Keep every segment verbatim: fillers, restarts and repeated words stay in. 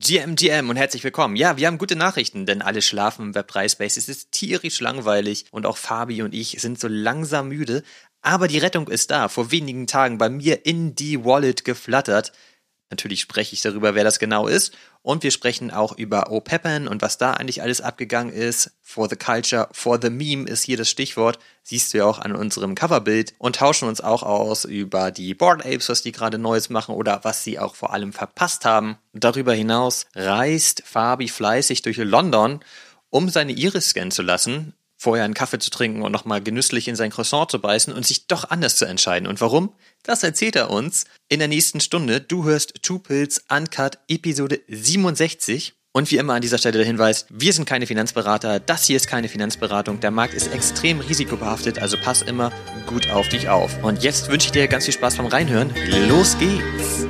G M G M und herzlich willkommen. Ja, wir haben gute Nachrichten, denn alle schlafen im Web drei Space. Es ist tierisch langweilig und auch Fabi und ich sind so langsam müde. Aber die Rettung ist da, vor wenigen Tagen bei mir in die Wallet geflattert. Natürlich spreche ich darüber, wer das genau ist. Und wir sprechen auch über OPEPN und was da eigentlich alles abgegangen ist. For the Culture, for the Meme ist hier das Stichwort. Siehst du ja auch an unserem Coverbild. Und tauschen uns auch aus über die Bored Apes, was die gerade Neues machen oder was sie auch vor allem verpasst haben. Darüber hinaus reist Fabi fleißig durch London, um seine Iris scannen zu lassen, vorher einen Kaffee zu trinken und nochmal genüsslich in sein Croissant zu beißen und sich doch anders zu entscheiden. Und warum? Das erzählt er uns in der nächsten Stunde. Du hörst Two Pills Uncut Episode siebenundsechzig. Und wie immer an dieser Stelle der Hinweis, wir sind keine Finanzberater, das hier ist keine Finanzberatung, der Markt ist extrem risikobehaftet, also pass immer gut auf dich auf. Und jetzt wünsche ich dir ganz viel Spaß beim Reinhören. Los geht's!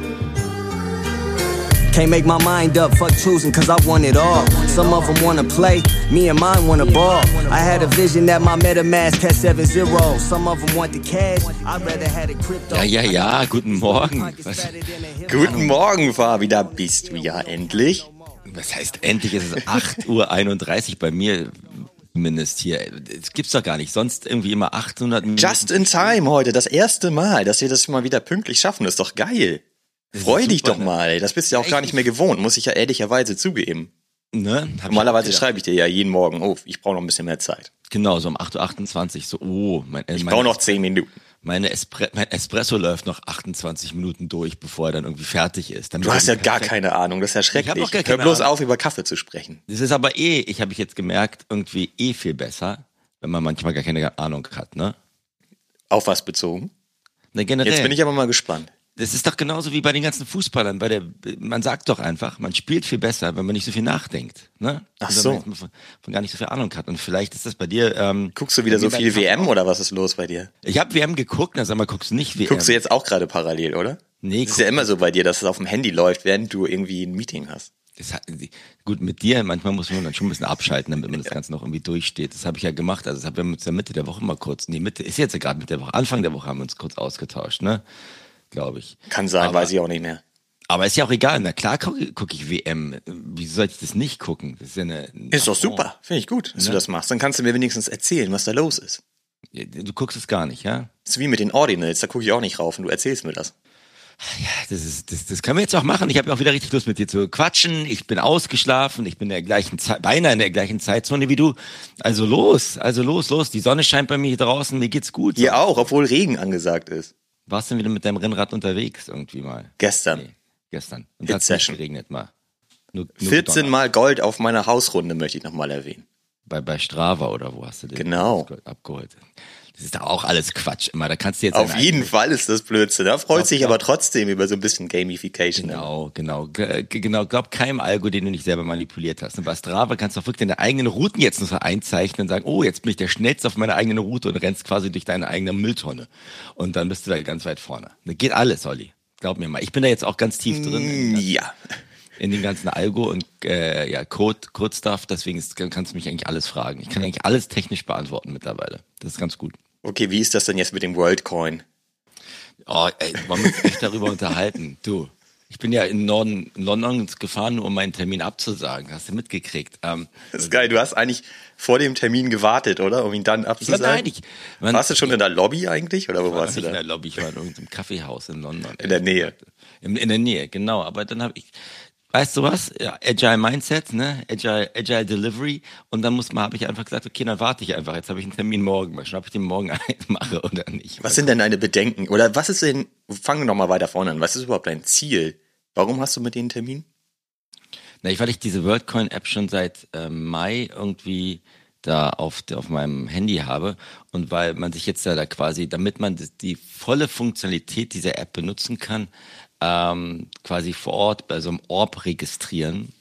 Can't make my mind up, fuck choosing, cause I want it all. Some of them wanna play, me and mine wanna ball. I had a vision that my MetaMask had seven zeros. Some of them want the cash, I'd rather had a crypto. Ja, ja, ja, guten Morgen. Was? Guten Morgen, Fabi, da bist du ja endlich. Was heißt endlich? Es ist acht Uhr einunddreißig bei mir. Zumindest hier. Das gibt's doch gar nicht. Sonst irgendwie immer achthundert Minuten. Just in time heute, das erste Mal, dass wir das mal wieder pünktlich schaffen. Das ist doch geil. Freu dich doch mal, das bist du ja auch gar nicht mehr gewohnt, muss ich ja ehrlicherweise zugeben. Ne? Normalerweise schreibe ich dir ja jeden Morgen, oh, ich brauche noch ein bisschen mehr Zeit. Genau, so um acht Uhr achtundzwanzig, so, oh. Mein, ich meine, brauche noch zehn Minuten. Meine Espre- mein Espresso läuft noch achtundzwanzig Minuten durch, bevor er dann irgendwie fertig ist. Dann du hast ja gar keine Ahnung, das ist ja schrecklich. Ich Hör bloß Ahnung. auf, über Kaffee zu sprechen. Das ist aber eh, ich habe ich jetzt gemerkt, irgendwie eh viel besser, wenn man manchmal gar keine Ahnung hat, ne? Auf was bezogen? Na, generell. Jetzt bin ich aber mal gespannt. Das ist doch genauso wie bei den ganzen Fußballern, bei der, man sagt doch einfach, man spielt viel besser, wenn man nicht so viel nachdenkt, ne? Ach so. Wenn man von, von gar nicht so viel Ahnung hat. Und vielleicht ist das bei dir, ähm, guckst du wieder so viel W M oder was ist los bei dir? Ich habe W M geguckt, na sag mal, guckst du nicht W M? Guckst du jetzt auch gerade parallel, oder? Nee. Das ist ja immer so bei dir, dass es auf dem Handy läuft, während du irgendwie ein Meeting hast. Das hat, gut, mit dir, manchmal muss man dann schon ein bisschen abschalten, damit man das Ganze noch irgendwie durchsteht. Das habe ich ja gemacht, also das haben wir uns ja Mitte der Woche mal kurz, nee, Mitte, ist jetzt ja gerade Mitte der Woche, Anfang der Woche haben wir uns kurz ausgetauscht, ne? Glaube ich. Kann sein, aber, weiß ich auch nicht mehr. Aber ist ja auch egal. Na klar gucke guck ich W M. Wieso soll ich das nicht gucken? Das ist ja eine. eine ist doch super. Finde ich gut, dass ja. du das machst. Dann kannst du mir wenigstens erzählen, was da los ist. Du guckst es gar nicht, ja? Das ist wie mit den Ordinals. Da gucke ich auch nicht rauf und du erzählst mir das. Ja, das ist, das, das können wir jetzt auch machen. Ich habe ja auch wieder richtig Lust mit dir zu quatschen. Ich bin ausgeschlafen. Ich bin in der gleichen Zeit, beinahe in der gleichen Zeitzone wie du. Also los, also los, los. Die Sonne scheint bei mir hier draußen. Mir geht's gut. Hier auch, obwohl Regen angesagt ist. Warst du denn wieder mit deinem Rennrad unterwegs irgendwie mal? Gestern. Nee, gestern. Und hat es nicht geregnet mal. Nur, nur vierzehn Mal Gold auf meiner Hausrunde möchte ich nochmal erwähnen. Bei, bei Strava oder wo hast du den genau. Gold abgeholt? Das ist doch auch alles Quatsch immer. Da kannst du jetzt auf jeden Fall ist das Blödsinn. Da freut sich aber trotzdem über so ein bisschen Gamification. Genau, genau. G- genau. Glaub keinem Algo, den du nicht selber manipuliert hast. Und bei Strava kannst du auch wirklich deine eigenen Routen jetzt noch so einzeichnen und sagen, oh, jetzt bin ich der Schnellste auf meiner eigenen Route und rennst quasi durch deine eigene Mülltonne. Und dann bist du da ganz weit vorne. Da geht alles, Olli. Glaub mir mal. Ich bin da jetzt auch ganz tief drin. Ja. In den ganzen Algo und äh, ja, Code, Code-Stuff. Deswegen ist, kannst du mich eigentlich alles fragen. Ich kann eigentlich alles technisch beantworten mittlerweile. Das ist ganz gut. Okay, wie ist das denn jetzt mit dem WorldCoin? Oh, ey, wollen wir uns echt darüber unterhalten? Du, ich bin ja in Norden, in London gefahren, um meinen Termin abzusagen. Hast du mitgekriegt? Ähm, das ist geil. Du hast eigentlich vor dem Termin gewartet, oder? Um ihn dann abzusagen? Nein, ich, man, warst du schon in der Lobby eigentlich? Oder wo war warst du da? In der Lobby. Ich war in irgendeinem Kaffeehaus in London. In der Nähe. In, in der Nähe, genau. Aber dann habe ich... Weißt du was? Ja, Agile Mindset, ne? Agile, Agile Delivery. Und dann muss man, habe ich einfach gesagt, okay, dann warte ich einfach. Jetzt habe ich einen Termin morgen. Mal schauen, ob ich den morgen mache oder nicht. Was sind denn deine Bedenken? Oder was ist denn, fangen wir noch mal weiter vorne an. Was ist überhaupt dein Ziel? Warum hast du mit denen einen Termin? Na, ich, weil ich diese WorldCoin-App schon seit äh, Mai irgendwie da auf, auf meinem Handy habe und weil man sich jetzt da, da quasi, damit man das, die volle Funktionalität dieser App benutzen kann, ähm, quasi vor Ort bei so einem Orb registrieren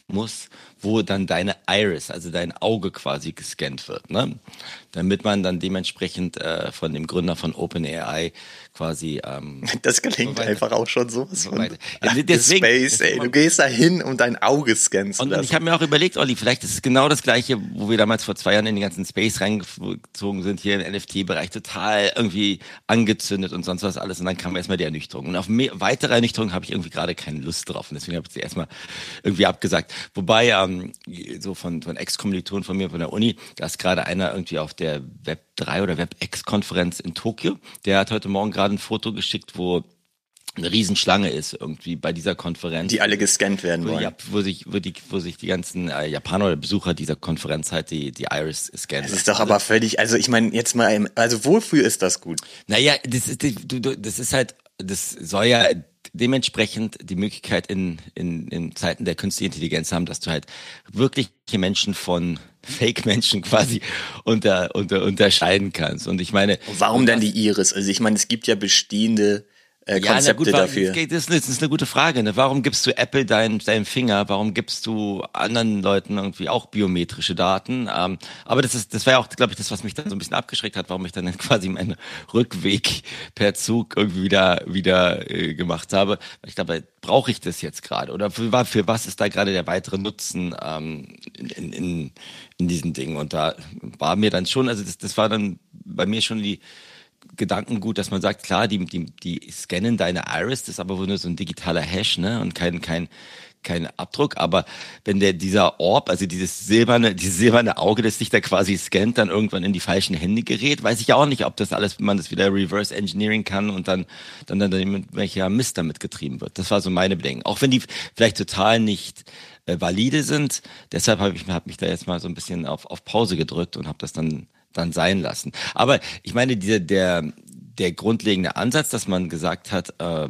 muss, wo dann deine Iris, also dein Auge quasi gescannt wird, ne? Damit man dann dementsprechend äh, von dem Gründer von OpenAI quasi ähm, das klingt so einfach auch schon sowas so von ja, deswegen, Space, ey. Du gehst da hin, um dein Auge scannen zu und, lassen. und ich habe mir auch überlegt, Olli, vielleicht ist es genau das Gleiche, wo wir damals vor zwei Jahren in den ganzen Space reingezogen sind, hier im N F T-Bereich, total irgendwie angezündet und sonst was alles. Und dann kam erstmal die Ernüchterung. Und auf mehr, weitere Ernüchterung habe ich irgendwie gerade keine Lust drauf. Und deswegen habe ich sie erstmal irgendwie abgesagt. Wobei, ähm, so von, von Ex-Kommilitonen von mir von der Uni, da ist gerade einer irgendwie auf der Web drei oder WebEx-Konferenz in Tokio. Der hat heute Morgen gerade ein Foto geschickt, wo eine Riesenschlange ist irgendwie bei dieser Konferenz. Die alle gescannt werden wo, wollen. Ja, wo sich, wo die, wo sich die ganzen äh, Japaner oder Besucher dieser Konferenz halt die, die Iris scannen. Das ist doch aber völlig, also ich meine, jetzt mal, im- also wofür ist das gut? Naja, das ist, du, du, das ist halt, das soll ja dementsprechend die Möglichkeit in, in, in Zeiten der künstlichen Intelligenz haben, dass du halt wirkliche Menschen von Fake-Menschen quasi unter, unter, unterscheiden kannst. Und ich meine... Warum dann die Iris? Also ich meine, es gibt ja bestehende äh, Ja, na Konzepte gut, wa- dafür. Das, geht- das, ist, das ist eine gute Frage. Ne? Warum gibst du Apple deinen deinen Finger? Warum gibst du anderen Leuten irgendwie auch biometrische Daten? Ähm, aber das ist, das war ja auch, glaube ich, das, was mich dann so ein bisschen abgeschreckt hat, warum ich dann quasi meinen Rückweg per Zug irgendwie wieder wieder äh, gemacht habe. Ich glaube, brauche ich das jetzt gerade? Oder für, für was ist da gerade der weitere Nutzen ähm, in, in, in diesen Dingen? Und da war mir dann schon, also das, das war dann bei mir schon die Gedankengut, dass man sagt, klar, die, die, die scannen deine Iris, das ist aber wohl nur so ein digitaler Hash, ne, und kein, kein, kein Abdruck, aber wenn der, dieser Orb, also dieses silberne, dieses silberne Auge, das dich da quasi scannt, dann irgendwann in die falschen Hände gerät, weiß ich auch nicht, ob das alles, wenn man das wieder reverse engineering kann und dann, dann, dann, dann welcher Mist damit getrieben wird. Das war so meine Bedenken. Auch wenn die vielleicht total nicht äh, valide sind, deshalb habe ich hab mich da jetzt mal so ein bisschen auf, auf Pause gedrückt und habe das dann dann sein lassen. Aber ich meine, dieser der der grundlegende Ansatz, dass man gesagt hat, äh,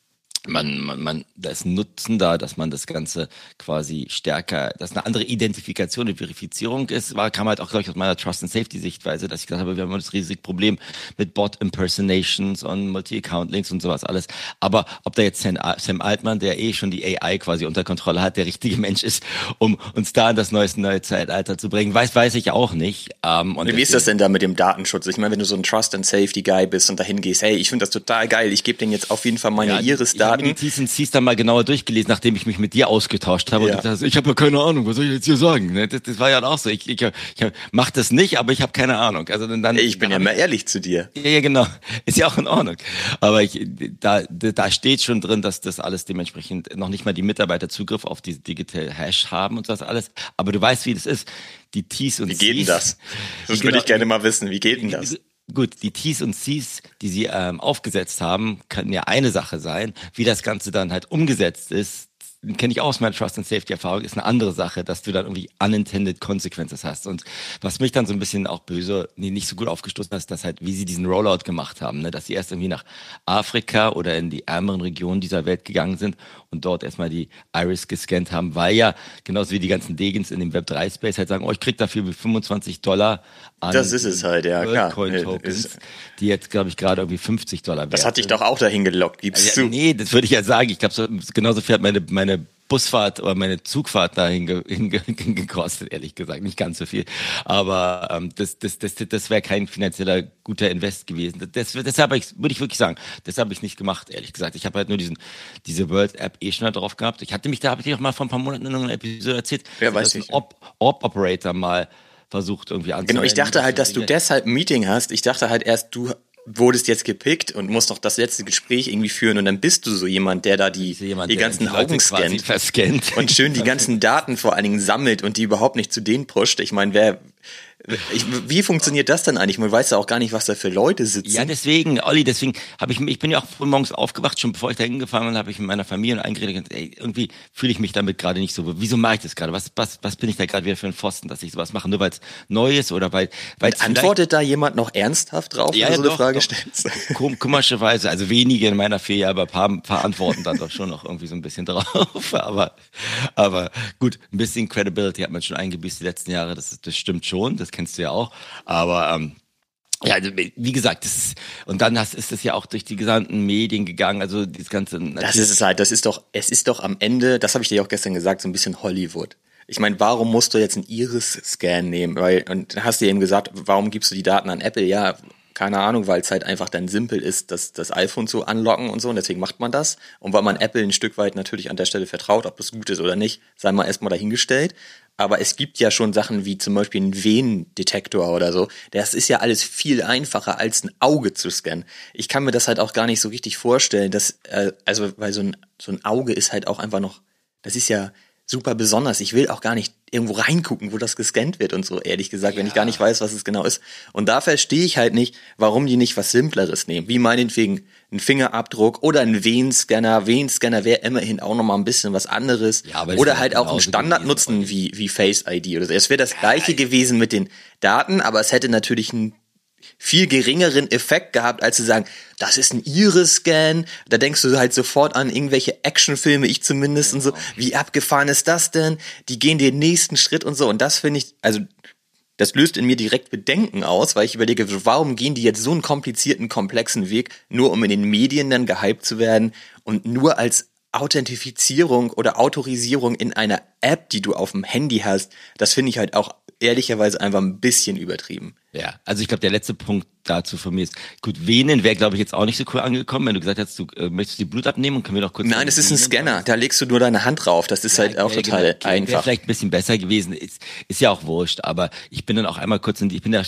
man, man, man, da ist ein Nutzen da, dass man das Ganze quasi stärker, dass eine andere Identifikation und Verifizierung ist, war, kam halt auch, glaube ich, aus meiner Trust and Safety Sichtweise, dass ich gesagt habe, wir haben das riesige Problem mit Bot Impersonations und Multi-Account-Links und sowas alles. Aber ob da jetzt Sam, Sam Altman, der eh schon die A I quasi unter Kontrolle hat, der richtige Mensch ist, um uns da in das neueste neue Zeitalter zu bringen, weiß, weiß ich auch nicht. Ähm, und Wie ist das denn da mit dem Datenschutz? Ich meine, wenn du so ein Trust and Safety Guy bist und dahin gehst, hey, ich finde das total geil, ich gebe denen jetzt auf jeden Fall meine Ja, Iris-Daten. Ich habe die T's und C's dann mal genauer durchgelesen, nachdem ich mich mit dir ausgetauscht habe. Ja. Und ich dachte, ich habe ja keine Ahnung, was soll ich jetzt hier sagen? Ne? Das, das war ja auch so. Ich, ich, ich mach das nicht, aber ich habe keine Ahnung. Also dann, dann Ich bin ja dann- mal ehrlich zu dir. Ja, ja, genau. Ist ja auch in Ordnung. Aber ich, da, da steht schon drin, dass das alles dementsprechend noch nicht mal die Mitarbeiter Zugriff auf diese Digital Hash haben und das alles. Aber du weißt, wie das ist. Die T's und Wie C's. geht denn das? Das Genau. würde ich gerne mal wissen. Wie geht denn das? Gut, die T's und C's, die sie ähm, aufgesetzt haben, können ja eine Sache sein. Wie das Ganze dann halt umgesetzt ist, kenne ich auch aus meiner Trust and Safety Erfahrung, ist eine andere Sache, dass du dann irgendwie unintended Consequences hast. Und was mich dann so ein bisschen auch böse, nee, nicht so gut aufgestoßen hat, ist, dass halt, wie sie diesen Rollout gemacht haben, ne, dass sie erst irgendwie nach Afrika oder in die ärmeren Regionen dieser Welt gegangen sind und dort erstmal die Iris gescannt haben, weil ja, genauso wie die ganzen Degens in dem Web drei Space halt sagen, oh, ich krieg dafür fünfundzwanzig Dollar an Das ist es halt, ja, klar. Worldcoin-Tokens, Ist- die jetzt, glaube ich, gerade irgendwie fünfzig Dollar wert Das hat dich sind. doch auch dahin gelockt, gibst Ja, du. nee, das würde ich ja sagen. Ich glaube, so, genauso viel hat meine, meine Busfahrt oder meine Zugfahrt dahin ge, hinge- gekostet, ehrlich gesagt. Nicht ganz so viel. Aber ähm, das, das, das, das wäre kein finanzieller guter Invest gewesen. Das, deshalb hab ich, würde ich wirklich sagen, deshalb habe ich es nicht gemacht, ehrlich gesagt. Ich habe halt nur diesen, diese World-App eh schon da drauf gehabt. Ich hatte mich da, habe ich dir auch mal vor ein paar Monaten in einer Episode erzählt, Ja, dass weiß ein ich. Orb- Orb-Operator mal versucht irgendwie anzumelden. Genau, ich dachte halt, dass du deshalb ein Meeting hast. Ich dachte halt erst, du wurdest jetzt gepickt und musst noch das letzte Gespräch irgendwie führen und dann bist du so jemand, der da die, Jemand, die der ganzen Leute Augen quasi scannt verscannt. und schön die ganzen Daten vor allen Dingen sammelt und die überhaupt nicht zu denen pusht. Ich meine, wer, ich, wie funktioniert das dann eigentlich? Man weiß ja auch gar nicht, was da für Leute sitzen. Ja, deswegen, Olli, deswegen habe ich, ich bin ja auch früh morgens aufgewacht, schon bevor ich da hingefahren bin, habe ich mit meiner Familie eingeredet, ey, irgendwie fühle ich mich damit gerade nicht so. Wieso mache ich das gerade? Was, was, was bin ich da gerade wieder für ein Pfosten, dass ich sowas mache? Nur weil es neu ist oder weil, weil Antwortet da jemand noch ernsthaft drauf, ja, wenn du so eine doch, Frage doch. stellst? Kom komischerweise, also wenige in meiner Fee, aber ein paar, paar antworten dann doch schon noch irgendwie so ein bisschen drauf. Aber, aber gut, ein bisschen Credibility hat man schon eingebüßt die letzten Jahre, das, das stimmt schon, das kennst du ja auch. Aber ähm, Ja, also, wie gesagt, das ist, und dann hast, ist es ja auch durch die gesamten Medien gegangen, also das ganze. Das ist es halt, das ist doch, es ist doch am Ende, das habe ich dir auch gestern gesagt, so ein bisschen Hollywood. Ich meine, warum musst du jetzt einen Iris-Scan nehmen? Weil, und dann hast du eben gesagt, warum gibst du die Daten an Apple? Ja, keine Ahnung, weil es halt einfach dann simpel ist, das, das iPhone zu unlocken und so, und deswegen macht man das. Und weil man Apple ein Stück weit natürlich an der Stelle vertraut, ob das gut ist oder nicht, sei mal erstmal dahingestellt. Aber es gibt ja schon Sachen wie zum Beispiel einen Venendetektor oder so. Das ist ja alles viel einfacher, als ein Auge zu scannen. Ich kann mir das halt auch gar nicht so richtig vorstellen, dass, äh, also, weil so ein, so ein Auge ist halt auch einfach noch, das ist ja super besonders. Ich will auch gar nicht irgendwo reingucken, wo das gescannt wird und so, ehrlich gesagt, ja. Wenn ich gar nicht weiß, was es genau ist. Und da verstehe ich halt nicht, warum die nicht was Simpleres nehmen. Wie meinetwegen ein Fingerabdruck oder ein Venenscanner. Venenscanner wäre immerhin auch nochmal ein bisschen was anderes. Ja, oder halt auch einen Standard nutzen wie, wie Face I D oder so. Es wäre das gleiche ja, gewesen mit den Daten, aber es hätte natürlich einen viel geringeren Effekt gehabt, als zu sagen, das ist ein Iris-Scan, da denkst du halt sofort an irgendwelche Actionfilme, ich zumindest, genau. Und so, wie abgefahren ist das denn? Die gehen den nächsten Schritt und so, und das finde ich, also das löst in mir direkt Bedenken aus, weil ich überlege, warum gehen die jetzt so einen komplizierten, komplexen Weg, nur um in den Medien dann gehypt zu werden und nur als Authentifizierung oder Autorisierung in einer App, die du auf dem Handy hast, das finde ich halt auch ehrlicherweise einfach ein bisschen übertrieben. Ja, also ich glaube, der letzte Punkt dazu von mir ist, gut, Venen wäre, glaube ich, jetzt auch nicht so cool angekommen, wenn du gesagt hast, du äh, möchtest die Blut abnehmen und können wir noch kurz... Nein, das ist ein Scanner, haben. Da legst du nur deine Hand drauf, das ist ja, halt auch äh, total genau, einfach. Wäre vielleicht ein bisschen besser gewesen, ist, ist ja auch wurscht, aber ich bin dann auch einmal kurz in die, ich bin da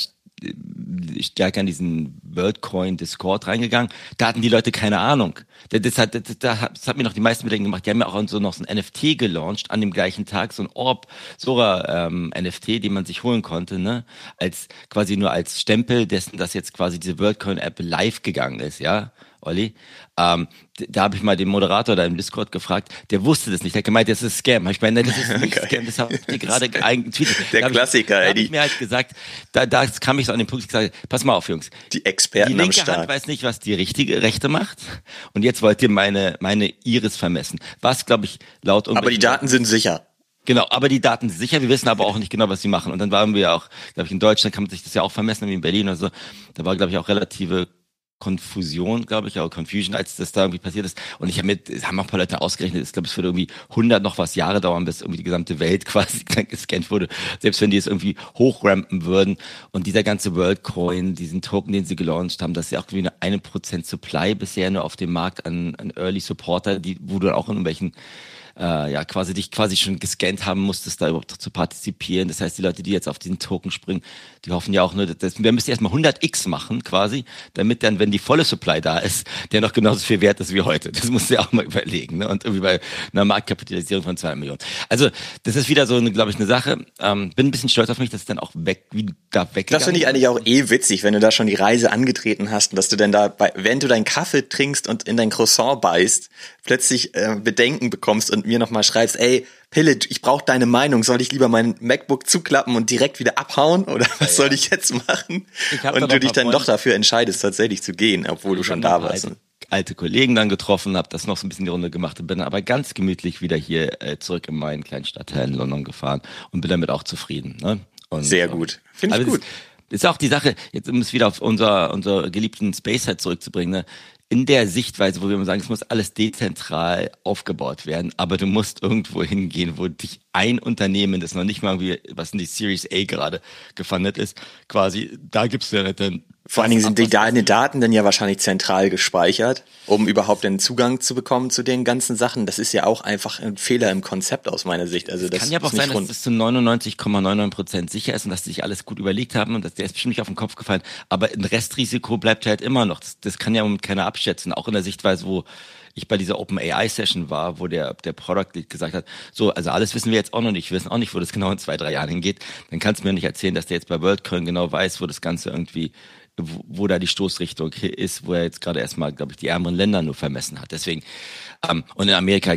stärker an diesen WorldCoin Discord reingegangen, da hatten die Leute keine Ahnung. Das hat, das, das hat mir noch die meisten Bedenken gemacht. Die haben ja auch so noch so ein N F T gelauncht an dem gleichen Tag, so ein Orb Sora ähm, N F T, den man sich holen konnte, ne, als quasi nur als Stempel dessen, dass jetzt quasi diese WorldCoin App live gegangen ist, ja. Olli, ähm, da habe ich mal den Moderator da im Discord gefragt, der wusste das nicht, der hat gemeint, das ist Scam. Hab ich meine, das ist nicht Scam, das habe ich gerade getweetet. Der da Klassiker, ey. Da habe ich mir halt gesagt, da, da kam ich so an den Punkt, ich gesagt, pass mal auf, Jungs. Die Experten Die linke am Start. Hand weiß nicht, was die richtige Rechte macht, und jetzt wollt ihr meine meine Iris vermessen. Was, glaube ich, laut... Aber die Daten sind sicher. Genau, aber die Daten sind sicher, wir wissen aber auch nicht genau, was sie machen. Und dann waren wir auch, glaube ich, in Deutschland kann man sich das ja auch vermessen, wie in Berlin oder so. Da war, glaube ich, auch relative Konfusion, glaube ich, auch Confusion, als das da irgendwie passiert ist. Und ich habe mir, das haben auch ein paar Leute ausgerechnet, ich glaube, es würde irgendwie hundert noch was Jahre dauern, bis irgendwie die gesamte Welt quasi gescannt wurde, selbst wenn die es irgendwie hochrampen würden. Und dieser ganze WorldCoin, diesen Token, den sie gelauncht haben, das ist ja auch irgendwie eine eine Prozent Supply bisher nur auf dem Markt an, an Early Supporter, die, wo du dann auch in irgendwelchen äh, ja, quasi dich quasi schon gescannt haben musstest, da überhaupt zu partizipieren. Das heißt, die Leute, die jetzt auf diesen Token springen, die hoffen ja auch nur, dass wir müssen erstmal hundert x machen quasi, damit dann, wenn die volle Supply da ist, der noch genauso viel wert ist wie heute. Das musst du ja auch mal überlegen, ne? Und irgendwie bei einer Marktkapitalisierung von zwei Millionen. Also, das ist wieder so, eine, glaube ich, eine Sache. Ähm, bin ein bisschen stolz auf mich, dass es dann auch weg, wie da weggegangen ist. Das finde ich eigentlich auch eh witzig, wenn du da schon die Reise angetreten hast und dass du dann da, bei, während du deinen Kaffee trinkst und in dein Croissant beißt, plötzlich äh, Bedenken bekommst und mir nochmal schreibst, ey, Pille, ich brauche deine Meinung, soll ich lieber mein MacBook zuklappen und direkt wieder abhauen oder was ja, ja. soll ich jetzt machen? Ich und du dich dann doch dafür entscheidest, tatsächlich zu gehen, obwohl du schon da warst. Alte, alte Kollegen dann getroffen, habe das noch so ein bisschen die Runde gemacht und bin aber ganz gemütlich wieder hier äh, zurück in meinen kleinen Stadtteil in London gefahren und bin damit auch zufrieden. Ne? Und, Sehr gut, finde ich gut. Ist, ist auch die Sache, jetzt um es wieder auf unser, unser geliebten Space halt zurückzubringen, ne? In der Sichtweise, wo wir immer sagen, es muss alles dezentral aufgebaut werden, aber du musst irgendwo hingehen, wo dich ein Unternehmen, das noch nicht mal irgendwie, was in die Series A gerade gefundet ist, quasi, da gibt's ja dann... Vor allen Dingen sind die deine Daten dann ja wahrscheinlich zentral gespeichert, um überhaupt einen Zugang zu bekommen zu den ganzen Sachen. Das ist ja auch einfach ein Fehler im Konzept aus meiner Sicht. Also das kann ja auch sein, dass es zu neunundneunzig Komma neunundneunzig Prozent sicher ist und dass sie sich alles gut überlegt haben und dass der ist bestimmt nicht auf den Kopf gefallen. Aber ein Restrisiko bleibt halt immer noch. Das, das kann ja keiner abschätzen. Auch in der Sichtweise, wo ich bei dieser OpenAI-Session war, wo der der Product Lead gesagt hat, so, also alles wissen wir jetzt auch noch nicht, wir wissen auch nicht, wo das genau in zwei, drei Jahren hingeht. Dann kannst du mir nicht erzählen, dass der jetzt bei WorldCoin genau weiß, wo das Ganze irgendwie, wo, wo da die Stoßrichtung ist, wo er jetzt gerade erstmal, glaube ich, die ärmeren Länder nur vermessen hat. Deswegen, ähm, und in Amerika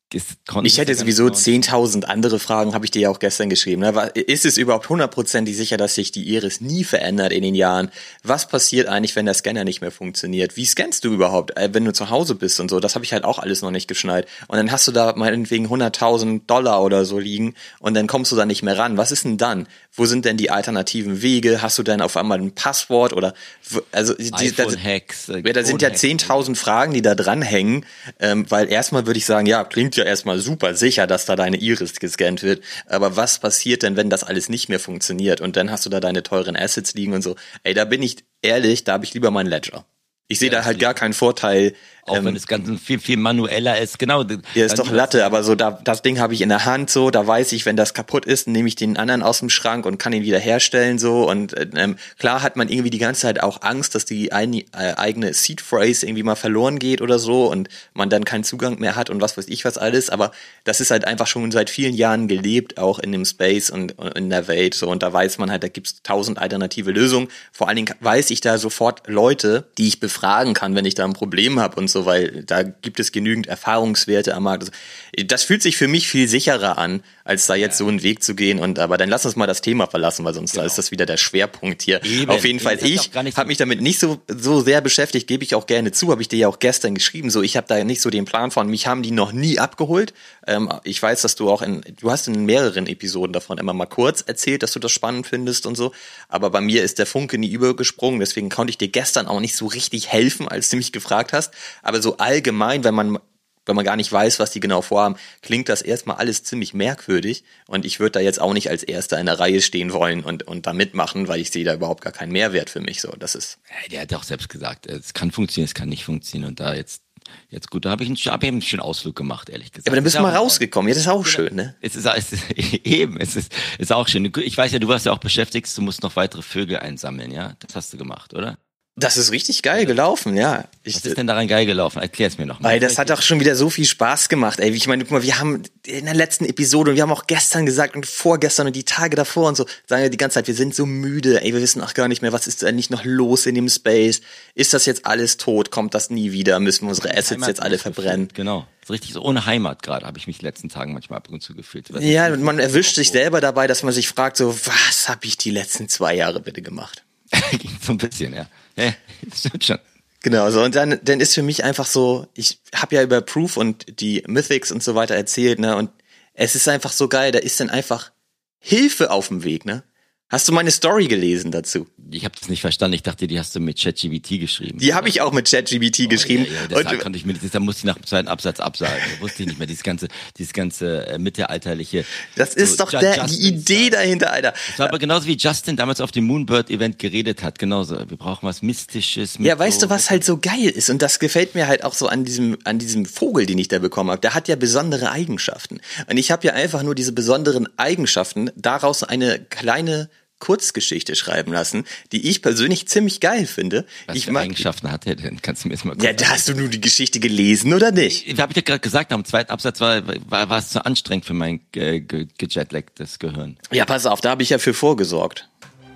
Ich hätte sowieso zehntausend andere Fragen, habe ich dir ja auch gestern geschrieben. Ne? Ist es überhaupt hundertprozentig sicher, dass sich die Iris nie verändert in den Jahren? Was passiert eigentlich, wenn der Scanner nicht mehr funktioniert? Wie scannst du überhaupt, wenn du zu Hause bist und so? Das habe ich halt auch alles noch nicht geschnallt. Und dann hast du da meinetwegen hunderttausend Dollar oder so liegen und dann kommst du da nicht mehr ran. Was ist denn dann? Wo sind denn die alternativen Wege? Hast du denn auf einmal ein Passwort oder also die, iPhone-Hacks? Äh, da sind ja zehntausend Fragen, die da dranhängen, ähm, weil erstmal würde ich sagen, ja, klingt ja erstmal super sicher, dass da deine Iris gescannt wird, aber was passiert denn, wenn das alles nicht mehr funktioniert und dann hast du da deine teuren Assets liegen und so? Ey, da bin ich ehrlich, da habe ich lieber meinen Ledger. Ich sehe ja, da halt gar keinen Vorteil. Auch ähm, wenn das Ganze viel, viel manueller ist, genau. Ja, ist doch Latte, aber so, da, das Ding habe ich in der Hand, so, da weiß ich, wenn das kaputt ist, nehme ich den anderen aus dem Schrank und kann ihn wieder herstellen, so, und ähm, klar hat man irgendwie die ganze Zeit auch Angst, dass die ein, äh, eigene Seed Phrase irgendwie mal verloren geht oder so und man dann keinen Zugang mehr hat und was weiß ich was alles, aber das ist halt einfach schon seit vielen Jahren gelebt, auch in dem Space und, und in der Welt, so, und da weiß man halt, da gibt's tausend alternative Lösungen, vor allen Dingen weiß ich da sofort Leute, die ich befragen kann, wenn ich da ein Problem habe und so, weil da gibt es genügend Erfahrungswerte am Markt. Das fühlt sich für mich viel sicherer an, als da jetzt ja. so einen Weg zu gehen. Und aber dann lass uns mal das Thema verlassen, weil sonst genau. da ist das wieder der Schwerpunkt hier. Eben. Auf jeden Fall, das ich habe mich damit nicht so so sehr beschäftigt, gebe ich auch gerne zu, habe ich dir ja auch gestern geschrieben. So, ich habe da nicht so den Plan von, mich haben die noch nie abgeholt. Ähm, ich weiß, dass du auch in, du hast in mehreren Episoden davon immer mal kurz erzählt, dass du das spannend findest und so. Aber bei mir ist der Funke nie übergesprungen, deswegen konnte ich dir gestern auch nicht so richtig helfen, als du mich gefragt hast. Aber so allgemein, wenn man wenn man gar nicht weiß, was die genau vorhaben, klingt das erstmal alles ziemlich merkwürdig. Und ich würde da jetzt auch nicht als Erster in der Reihe stehen wollen und, und da mitmachen, weil ich sehe da überhaupt gar keinen Mehrwert für mich. So, das ist. Ja, der hat auch selbst gesagt, es kann funktionieren, es kann nicht funktionieren. Und da jetzt, jetzt gut, da habe ich einen, hab ich einen schönen Ausflug gemacht, ehrlich gesagt. Ja, aber dann bist du mal rausgekommen. Ja, das ist auch schön, ne? Es ist, es ist eben, es ist, ist auch schön. Ich weiß ja, du warst ja auch beschäftigt, du musst noch weitere Vögel einsammeln, ja? Das hast du gemacht, oder? Das ist richtig geil gelaufen, ja. Ich, Was ist denn daran geil gelaufen? Erklär's mir noch mal. Weil das hat auch schon wieder so viel Spaß gemacht, ey. Ich meine, guck mal, wir haben in der letzten Episode und wir haben auch gestern gesagt und vorgestern und die Tage davor und so, sagen wir die ganze Zeit, wir sind so müde, ey, wir wissen auch gar nicht mehr, was ist eigentlich noch los in dem Space? Ist das jetzt alles tot? Kommt das nie wieder? Müssen wir unsere Assets jetzt alle verbrennen? Gefühlt. Genau. So richtig so ohne Heimat gerade, habe ich mich in den letzten Tagen manchmal ab und zu gefühlt. Ja, man erwischt sich selber dabei, dass man sich fragt, so, was habe ich die letzten zwei Jahre bitte gemacht? So ein bisschen, ja. Ja, das stimmt schon. Genau, so, und dann, dann ist für mich einfach so, ich habe ja über Proof und die Mythics und so weiter erzählt, ne, und es ist einfach so geil, da ist dann einfach Hilfe auf dem Weg, ne? Hast du meine Story gelesen dazu? Ich habe das nicht verstanden. Ich dachte, die hast du mit ChatGPT geschrieben. Die habe ich auch mit ChatGPT oh, geschrieben. Ja, ja, deshalb konnte ich mir, da musste ich nach dem zweiten Absatz absagen. Da wusste ich nicht mehr. Dieses ganze, dieses ganze äh, mittelalterliche. Das ist so, doch der, die Idee dahinter, Alter. Das war aber genauso wie Justin damals auf dem Moonbird-Event geredet hat. Genauso. Wir brauchen was Mystisches. Ja, weißt so du, was halt so geil ist? Und das gefällt mir halt auch so an diesem, an diesem Vogel, den ich da bekommen habe. Der hat ja besondere Eigenschaften. Und ich habe ja einfach nur diese besonderen Eigenschaften, daraus eine kleine Kurzgeschichte schreiben lassen, die ich persönlich ziemlich geil finde. Was ich für mag, Eigenschaften hat er denn? Kannst du mir jetzt mal kurz Ja, da hast du nur die Geschichte gelesen, oder nicht? Ich, hab ich dir gerade gesagt, am zweiten Absatz war, war, war es zu anstrengend für mein äh, ge- gejetlagtes Gehirn. Ja, pass auf, da habe ich ja für vorgesorgt.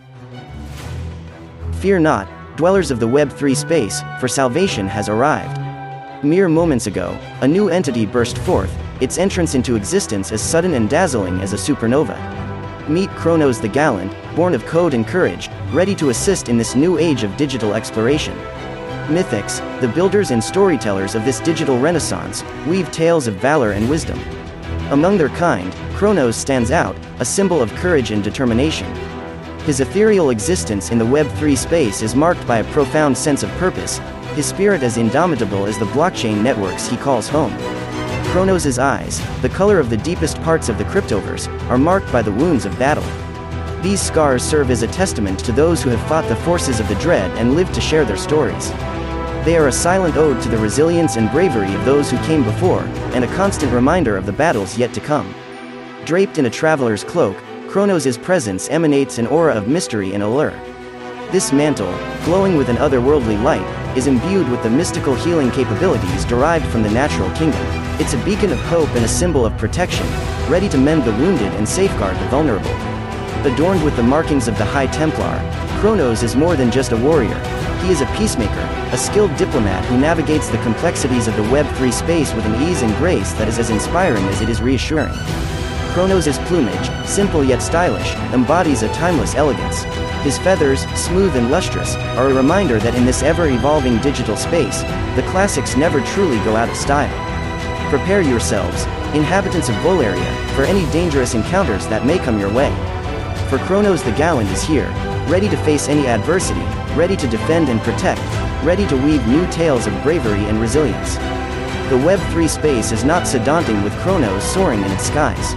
Fear not, dwellers of the Web three space, for salvation has arrived. Mere moments ago, a new entity burst forth, its entrance into existence as sudden and dazzling as a supernova. Meet Kronos the Gallant, born of code and courage, ready to assist in this new age of digital exploration. Mythics, the builders and storytellers of this digital renaissance, weave tales of valor and wisdom. Among their kind, Kronos stands out, a symbol of courage and determination. His ethereal existence in the Web three space is marked by a profound sense of purpose, his spirit as indomitable as the blockchain networks he calls home. Kronos' eyes, the color of the deepest parts of the cryptoverse, are marked by the wounds of battle. These scars serve as a testament to those who have fought the forces of the dread and lived to share their stories. They are a silent ode to the resilience and bravery of those who came before, and a constant reminder of the battles yet to come. Draped in a traveler's cloak, Kronos' presence emanates an aura of mystery and allure. This mantle, glowing with an otherworldly light, is imbued with the mystical healing capabilities derived from the natural kingdom. It's a beacon of hope and a symbol of protection, ready to mend the wounded and safeguard the vulnerable. Adorned with the markings of the High Templar, Kronos is more than just a warrior. He is a peacemaker, a skilled diplomat who navigates the complexities of the Web three space with an ease and grace that is as inspiring as it is reassuring. Kronos' plumage, simple yet stylish, embodies a timeless elegance. His feathers, smooth and lustrous, are a reminder that in this ever-evolving digital space, the classics never truly go out of style. Prepare yourselves, inhabitants of Volaria, for any dangerous encounters that may come your way. For Kronos the Gallant is here, ready to face any adversity, ready to defend and protect, ready to weave new tales of bravery and resilience. The Web three space is not so daunting with Kronos soaring in its skies.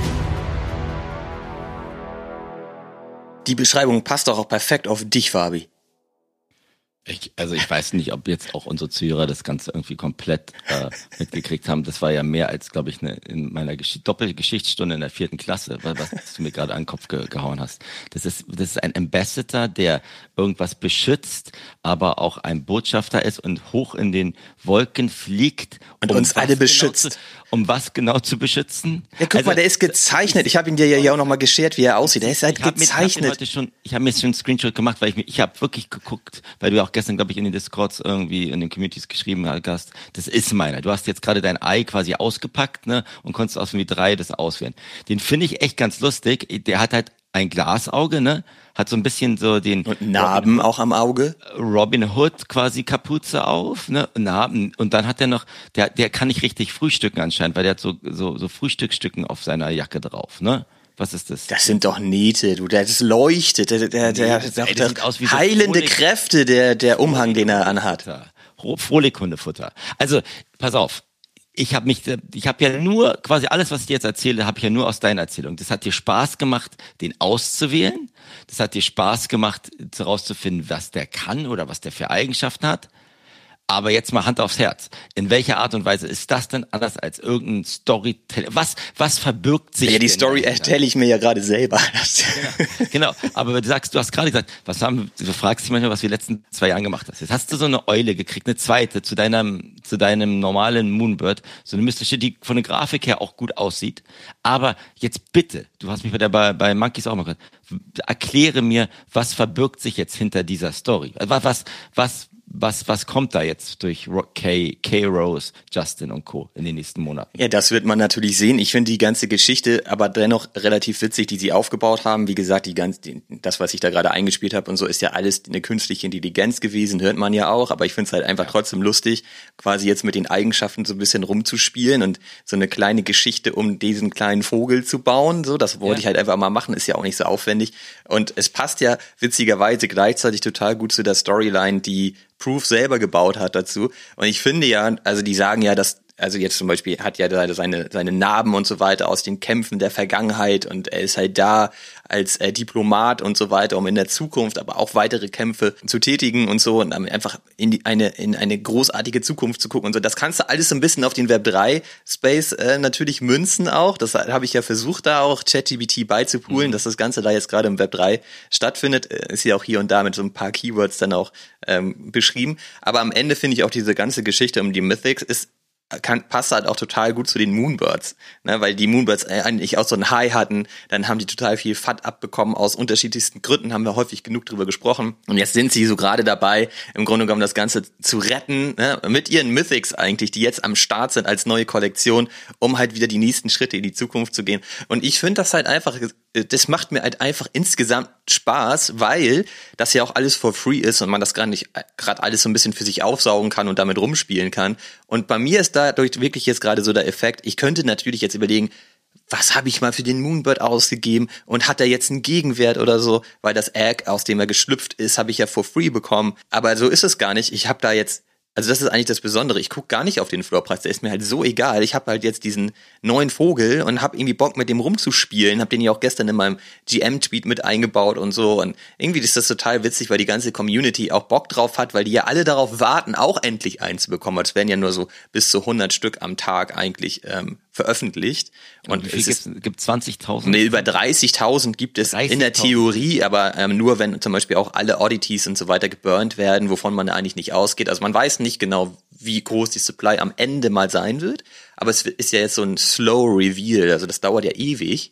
Die Beschreibung passt doch auch perfekt auf dich, Fabi. Ich, also ich weiß nicht, ob jetzt auch unsere Zuhörer das Ganze irgendwie komplett äh, mitgekriegt haben. Das war ja mehr als, glaube ich, eine, in meiner Gesch- Doppelgeschichtsstunde in der vierten Klasse, was, was du mir gerade an den Kopf ge- gehauen hast. Das ist, das ist ein Ambassador, der irgendwas beschützt, aber auch ein Botschafter ist und hoch in den Wolken fliegt. Und um uns alle beschützt. Genau zu, um was genau zu beschützen? Ja, guck also, mal, der ist gezeichnet. Ich habe ihn dir ja hier auch nochmal geschert, wie er aussieht. Der ist halt ich hab gezeichnet. Mir, ich habe schon, ich habe mir jetzt schon einen Screenshot gemacht, weil ich mir, ich habe wirklich geguckt, weil du auch gestern, glaube ich, in den Discords irgendwie in den Communities geschrieben hast. Das ist meiner. Du hast jetzt gerade dein Ei quasi ausgepackt, ne, und konntest aus wie drei das auswählen. Den finde ich echt ganz lustig. Der hat halt ein Glasauge, ne, hat so ein bisschen so den und Narben auch am Auge. Robin Hood quasi Kapuze auf, ne, Narben. Und dann hat er noch, der, der kann nicht richtig frühstücken anscheinend, weil der hat so, so, so Frühstückstücken auf seiner Jacke drauf, ne. Was ist das? Das sind doch Nähte, du, das leuchtet, der, der, der, Nee, der, ey, das der sieht aus wie so heilende Frohlich- Kräfte, der, der Umhang, den er anhat. Frohlichhundefutter. Also, pass auf. Ich habe mich, ich habe ja nur, quasi alles, was ich dir jetzt erzähle, habe ich ja nur aus deiner Erzählung. Das hat dir Spaß gemacht, den auszuwählen. Das hat dir Spaß gemacht, herauszufinden, was der kann oder was der für Eigenschaften hat. Aber jetzt mal Hand aufs Herz. In welcher Art und Weise ist das denn anders als irgendein Storytelling? Was, was verbirgt sich? Ja, die denn Story dahinter? erzähle ich mir ja gerade selber. Ja, genau, aber du sagst, du hast gerade gesagt, was haben, du fragst dich manchmal, was du die letzten zwei Jahren gemacht hast. Jetzt hast du so eine Eule gekriegt, eine zweite, zu deinem, zu deinem normalen Moonbird, so eine mystische, die von der Grafik her auch gut aussieht. Aber jetzt bitte, du hast mich bei, der, bei, bei Monkeys auch mal gehört, erkläre mir, was verbirgt sich jetzt hinter dieser Story? Was, was, was, Was, was kommt da jetzt durch K, K-Rose, Justin und Co. in den nächsten Monaten? Ja, das wird man natürlich sehen. Ich finde die ganze Geschichte aber dennoch relativ witzig, die sie aufgebaut haben. Wie gesagt, die ganz, die, das, was ich da gerade eingespielt habe und so, ist ja alles eine künstliche Intelligenz gewesen, hört man ja auch. Aber ich finde es halt einfach trotzdem lustig, quasi jetzt mit den Eigenschaften so ein bisschen rumzuspielen und so eine kleine Geschichte um diesen kleinen Vogel zu bauen. So, das wollte Ja. ich halt einfach mal machen, ist ja auch nicht so aufwendig. Und es passt ja witzigerweise gleichzeitig total gut zu der Storyline, die Proof selber gebaut hat dazu. Und ich finde ja, also die sagen ja, dass, also jetzt zum Beispiel hat ja seine, seine Narben und so weiter aus den Kämpfen der Vergangenheit und er ist halt da als äh, Diplomat und so weiter, um in der Zukunft aber auch weitere Kämpfe zu tätigen und so und einfach in die, eine, in eine großartige Zukunft zu gucken und so. Das kannst du alles so ein bisschen auf den Web drei Space äh, natürlich münzen auch. Das habe ich ja versucht, da auch ChatGPT beizupulen, mhm. dass das Ganze da jetzt gerade im Web drei stattfindet. Ist ja auch hier und da mit so ein paar Keywords dann auch ähm, beschrieben. Aber am Ende finde ich auch diese ganze Geschichte um die Mythics ist Kann, passt halt auch total gut zu den Moonbirds, ne, weil die Moonbirds eigentlich auch so ein High hatten, dann haben die total viel Fat abbekommen aus unterschiedlichsten Gründen, haben wir häufig genug drüber gesprochen und jetzt sind sie so gerade dabei, im Grunde genommen das Ganze zu retten, ne, mit ihren Mythics eigentlich, die jetzt am Start sind als neue Kollektion, um halt wieder die nächsten Schritte in die Zukunft zu gehen und ich finde das halt einfach, das macht mir halt einfach insgesamt Spaß, weil das ja auch alles for free ist und man das gerade nicht gerade alles so ein bisschen für sich aufsaugen kann und damit rumspielen kann und bei mir ist dadurch wirklich jetzt gerade so der Effekt, ich könnte natürlich jetzt überlegen, was habe ich mal für den Moonbird ausgegeben und hat er jetzt einen Gegenwert oder so, weil das Egg, aus dem er geschlüpft ist, habe ich ja for free bekommen, aber so ist es gar nicht, ich habe da jetzt Also das ist eigentlich das Besondere. Ich gucke gar nicht auf den Floorpreis, der ist mir halt so egal. Ich habe halt jetzt diesen neuen Vogel und habe irgendwie Bock, mit dem rumzuspielen. Habe den ja auch gestern in meinem G M-Tweet mit eingebaut und so. Und irgendwie ist das total witzig, weil die ganze Community auch Bock drauf hat, weil die ja alle darauf warten, auch endlich eins zu bekommen. Es werden ja nur so bis zu hundert Stück am Tag eigentlich ähm, veröffentlicht. Und, und wie viel es gibt es zwanzigtausend? Nee, über dreißigtausend gibt es in der Theorie, aber ähm, nur wenn zum Beispiel auch alle Oddities und so weiter geburnt werden, wovon man eigentlich nicht ausgeht. Also man weiß nicht genau, wie groß die Supply am Ende mal sein wird, aber es ist ja jetzt so ein Slow Reveal, also das dauert ja ewig.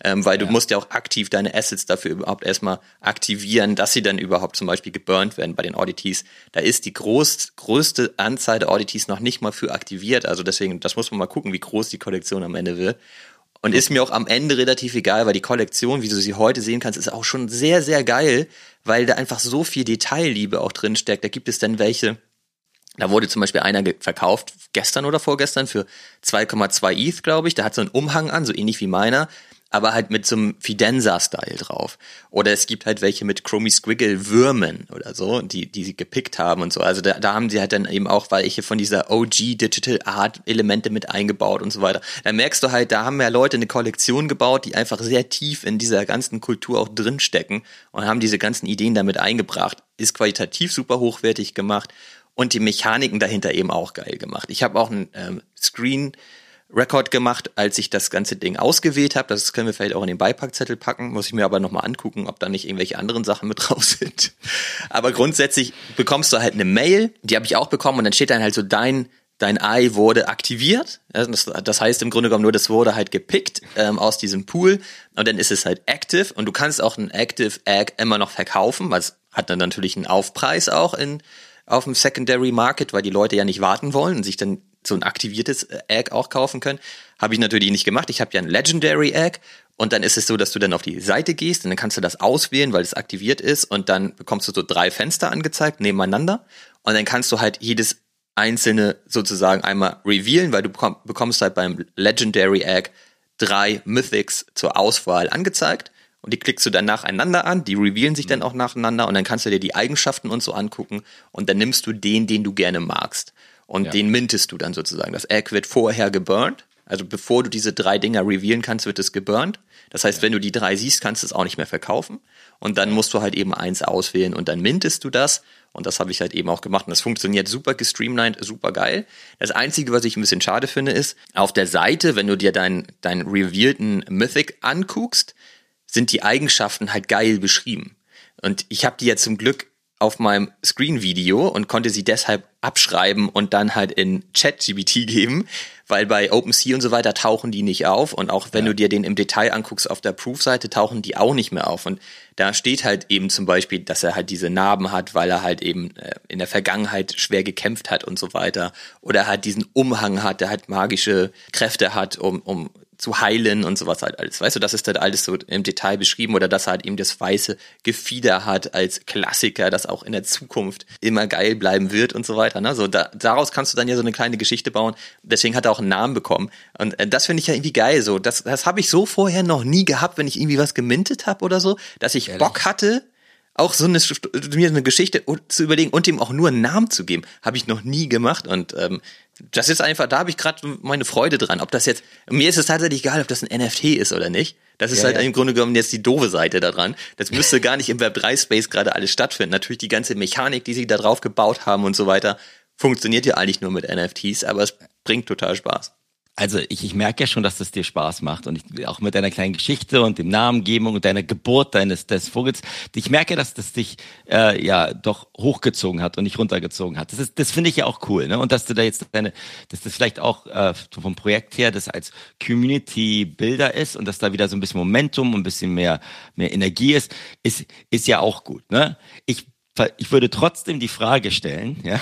ähm, weil du Ja. musst ja auch aktiv deine Assets dafür überhaupt erstmal aktivieren, dass sie dann überhaupt zum Beispiel geburnt werden bei den Oddities. Da ist die groß, größte Anzahl der Oddities noch nicht mal für aktiviert, also deswegen, das muss man mal gucken, wie groß die Kollektion am Ende wird. Und ist mir auch am Ende relativ egal, weil die Kollektion, wie du sie heute sehen kannst, ist auch schon sehr, sehr geil, weil da einfach so viel Detailliebe auch drin steckt. Da gibt es dann welche, da wurde zum Beispiel einer ge- verkauft, gestern oder vorgestern, für zwei Komma zwei E T H, glaube ich. Der hat so einen Umhang an, so ähnlich wie meiner, aber halt mit so einem Fidenza-Style drauf. Oder es gibt halt welche mit Chromie Squiggle Würmen oder so, die die sie gepickt haben und so. Also da, da haben sie halt dann eben auch welche von dieser O G Digital Art Elemente mit eingebaut und so weiter. Da merkst du halt, da haben ja Leute eine Kollektion gebaut, die einfach sehr tief in dieser ganzen Kultur auch drinstecken und haben diese ganzen Ideen damit eingebracht. Ist qualitativ super hochwertig gemacht und die Mechaniken dahinter eben auch geil gemacht. Ich habe auch einen ähm, Screen Record gemacht, als ich das ganze Ding ausgewählt habe. Das können wir vielleicht auch in den Beipackzettel packen. Muss ich mir aber nochmal angucken, ob da nicht irgendwelche anderen Sachen mit drauf sind. Aber grundsätzlich bekommst du halt eine Mail, die habe ich auch bekommen und dann steht dann halt so, dein dein Eye wurde aktiviert. Das, das heißt im Grunde genommen nur, das wurde halt gepickt ähm, aus diesem Pool und dann ist es halt active und du kannst auch ein Active Egg immer noch verkaufen, weil es hat dann natürlich einen Aufpreis auch in auf dem Secondary Market, weil die Leute ja nicht warten wollen und sich dann so ein aktiviertes Egg auch kaufen können. Habe ich natürlich nicht gemacht. Ich habe ja ein Legendary Egg und dann ist es so, dass du dann auf die Seite gehst und dann kannst du das auswählen, weil es aktiviert ist und dann bekommst du so drei Fenster angezeigt nebeneinander und dann kannst du halt jedes einzelne sozusagen einmal revealen, weil du bekommst halt beim Legendary Egg drei Mythics zur Auswahl angezeigt und die klickst du dann nacheinander an, die revealen sich dann auch nacheinander und dann kannst du dir die Eigenschaften und so angucken und dann nimmst du den, den du gerne magst. Und ja. den mintest du dann sozusagen. Das Egg wird vorher geburnt. Also bevor du diese drei Dinger revealen kannst, wird es geburnt. Das heißt, ja. wenn du die drei siehst, kannst du es auch nicht mehr verkaufen. Und dann musst du halt eben eins auswählen und dann mintest du das. Und das habe ich halt eben auch gemacht. Und das funktioniert super gestreamlined, super geil. Das Einzige, was ich ein bisschen schade finde, ist, auf der Seite, wenn du dir deinen dein revealten Mythic anguckst, sind die Eigenschaften halt geil beschrieben. Und ich habe die jetzt zum Glück auf meinem Screen-Video und konnte sie deshalb abschreiben und dann halt in ChatGPT geben, weil bei OpenSea und so weiter tauchen die nicht auf und auch wenn ja. du dir den im Detail anguckst auf der Proof-Seite, tauchen die auch nicht mehr auf und da steht halt eben zum Beispiel, dass er halt diese Narben hat, weil er halt eben äh, in der Vergangenheit schwer gekämpft hat und so weiter oder halt diesen Umhang hat, der halt magische Kräfte hat, um, um zu heilen und sowas halt alles. Weißt du, das ist halt alles so im Detail beschrieben oder dass er halt eben das weiße Gefieder hat als Klassiker, das auch in der Zukunft immer geil bleiben wird und so weiter. Ne? So, da, daraus kannst du dann ja so eine kleine Geschichte bauen. Deswegen hat er auch einen Namen bekommen. Und äh, das finde ich ja irgendwie geil. So, das, das habe ich so vorher noch nie gehabt, wenn ich irgendwie was gemintet habe oder so, dass ich Ehrlich? Bock hatte, auch so eine, mir eine Geschichte zu überlegen und ihm auch nur einen Namen zu geben, habe ich noch nie gemacht und ähm, das ist einfach, da habe ich gerade meine Freude dran. Ob das jetzt, mir ist es tatsächlich egal, ob das ein N F T ist oder nicht. Das ist ja, halt ja. im Grunde genommen jetzt die doofe Seite da dran. Das müsste gar nicht im Web drei Space gerade alles stattfinden. Natürlich die ganze Mechanik, die sie da drauf gebaut haben und so weiter, funktioniert ja eigentlich nur mit N F Ts, aber es bringt total Spaß. Also ich, ich merke ja schon, dass das dir Spaß macht und ich, auch mit deiner kleinen Geschichte und dem Namengebung und deiner Geburt deines des Vogels. Ich merke, dass das dich äh, ja doch hochgezogen hat und nicht runtergezogen hat. Das ist, das finde ich ja auch cool, ne? Und dass du da jetzt deine, dass das vielleicht auch äh, vom Projekt her das als Community Builder ist und dass da wieder so ein bisschen Momentum und ein bisschen mehr mehr Energie ist, ist ist ja auch gut, ne? Ich ich würde trotzdem die Frage stellen, ja,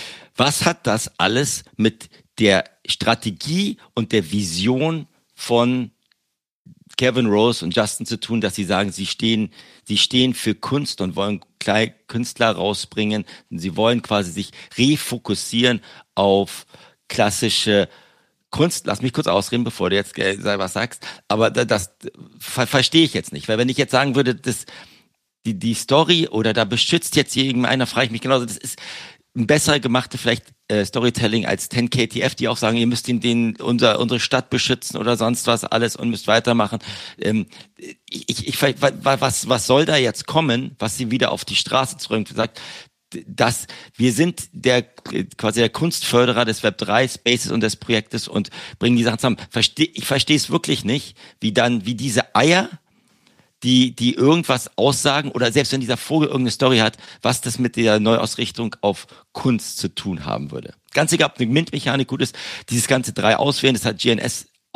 was hat das alles mit der Strategie und der Vision von Kevin Rose und Justin zu tun, dass sie sagen, sie stehen, sie stehen für Kunst und wollen Künstler rausbringen. Und sie wollen quasi sich refokussieren auf klassische Kunst. Lass mich kurz ausreden, bevor du jetzt äh, was sagst. Aber das, das ver- verstehe ich jetzt nicht, weil wenn ich jetzt sagen würde, das die die Story oder da beschützt jetzt irgendeiner, frage ich mich genauso. Das ist ein besser gemachte vielleicht äh, Storytelling als zehn K T F, die auch sagen, ihr müsst den, den unser, unsere Stadt beschützen oder sonst was alles und müsst weitermachen. Ähm, ich, ich, ich, was, was soll da jetzt kommen, was sie wieder auf die Straße zurück sagt, dass wir sind der quasi der Kunstförderer des Web drei Spaces und des Projektes und bringen die Sachen zusammen. Versteh, ich verstehe es wirklich nicht, wie dann, wie diese Eier die die irgendwas aussagen oder selbst wenn dieser Vogel irgendeine Story hat, was das mit der Neuausrichtung auf Kunst zu tun haben würde. Ganz egal, ob eine Mint-Mechanik gut ist, dieses ganze drei auswählen, das hat G N S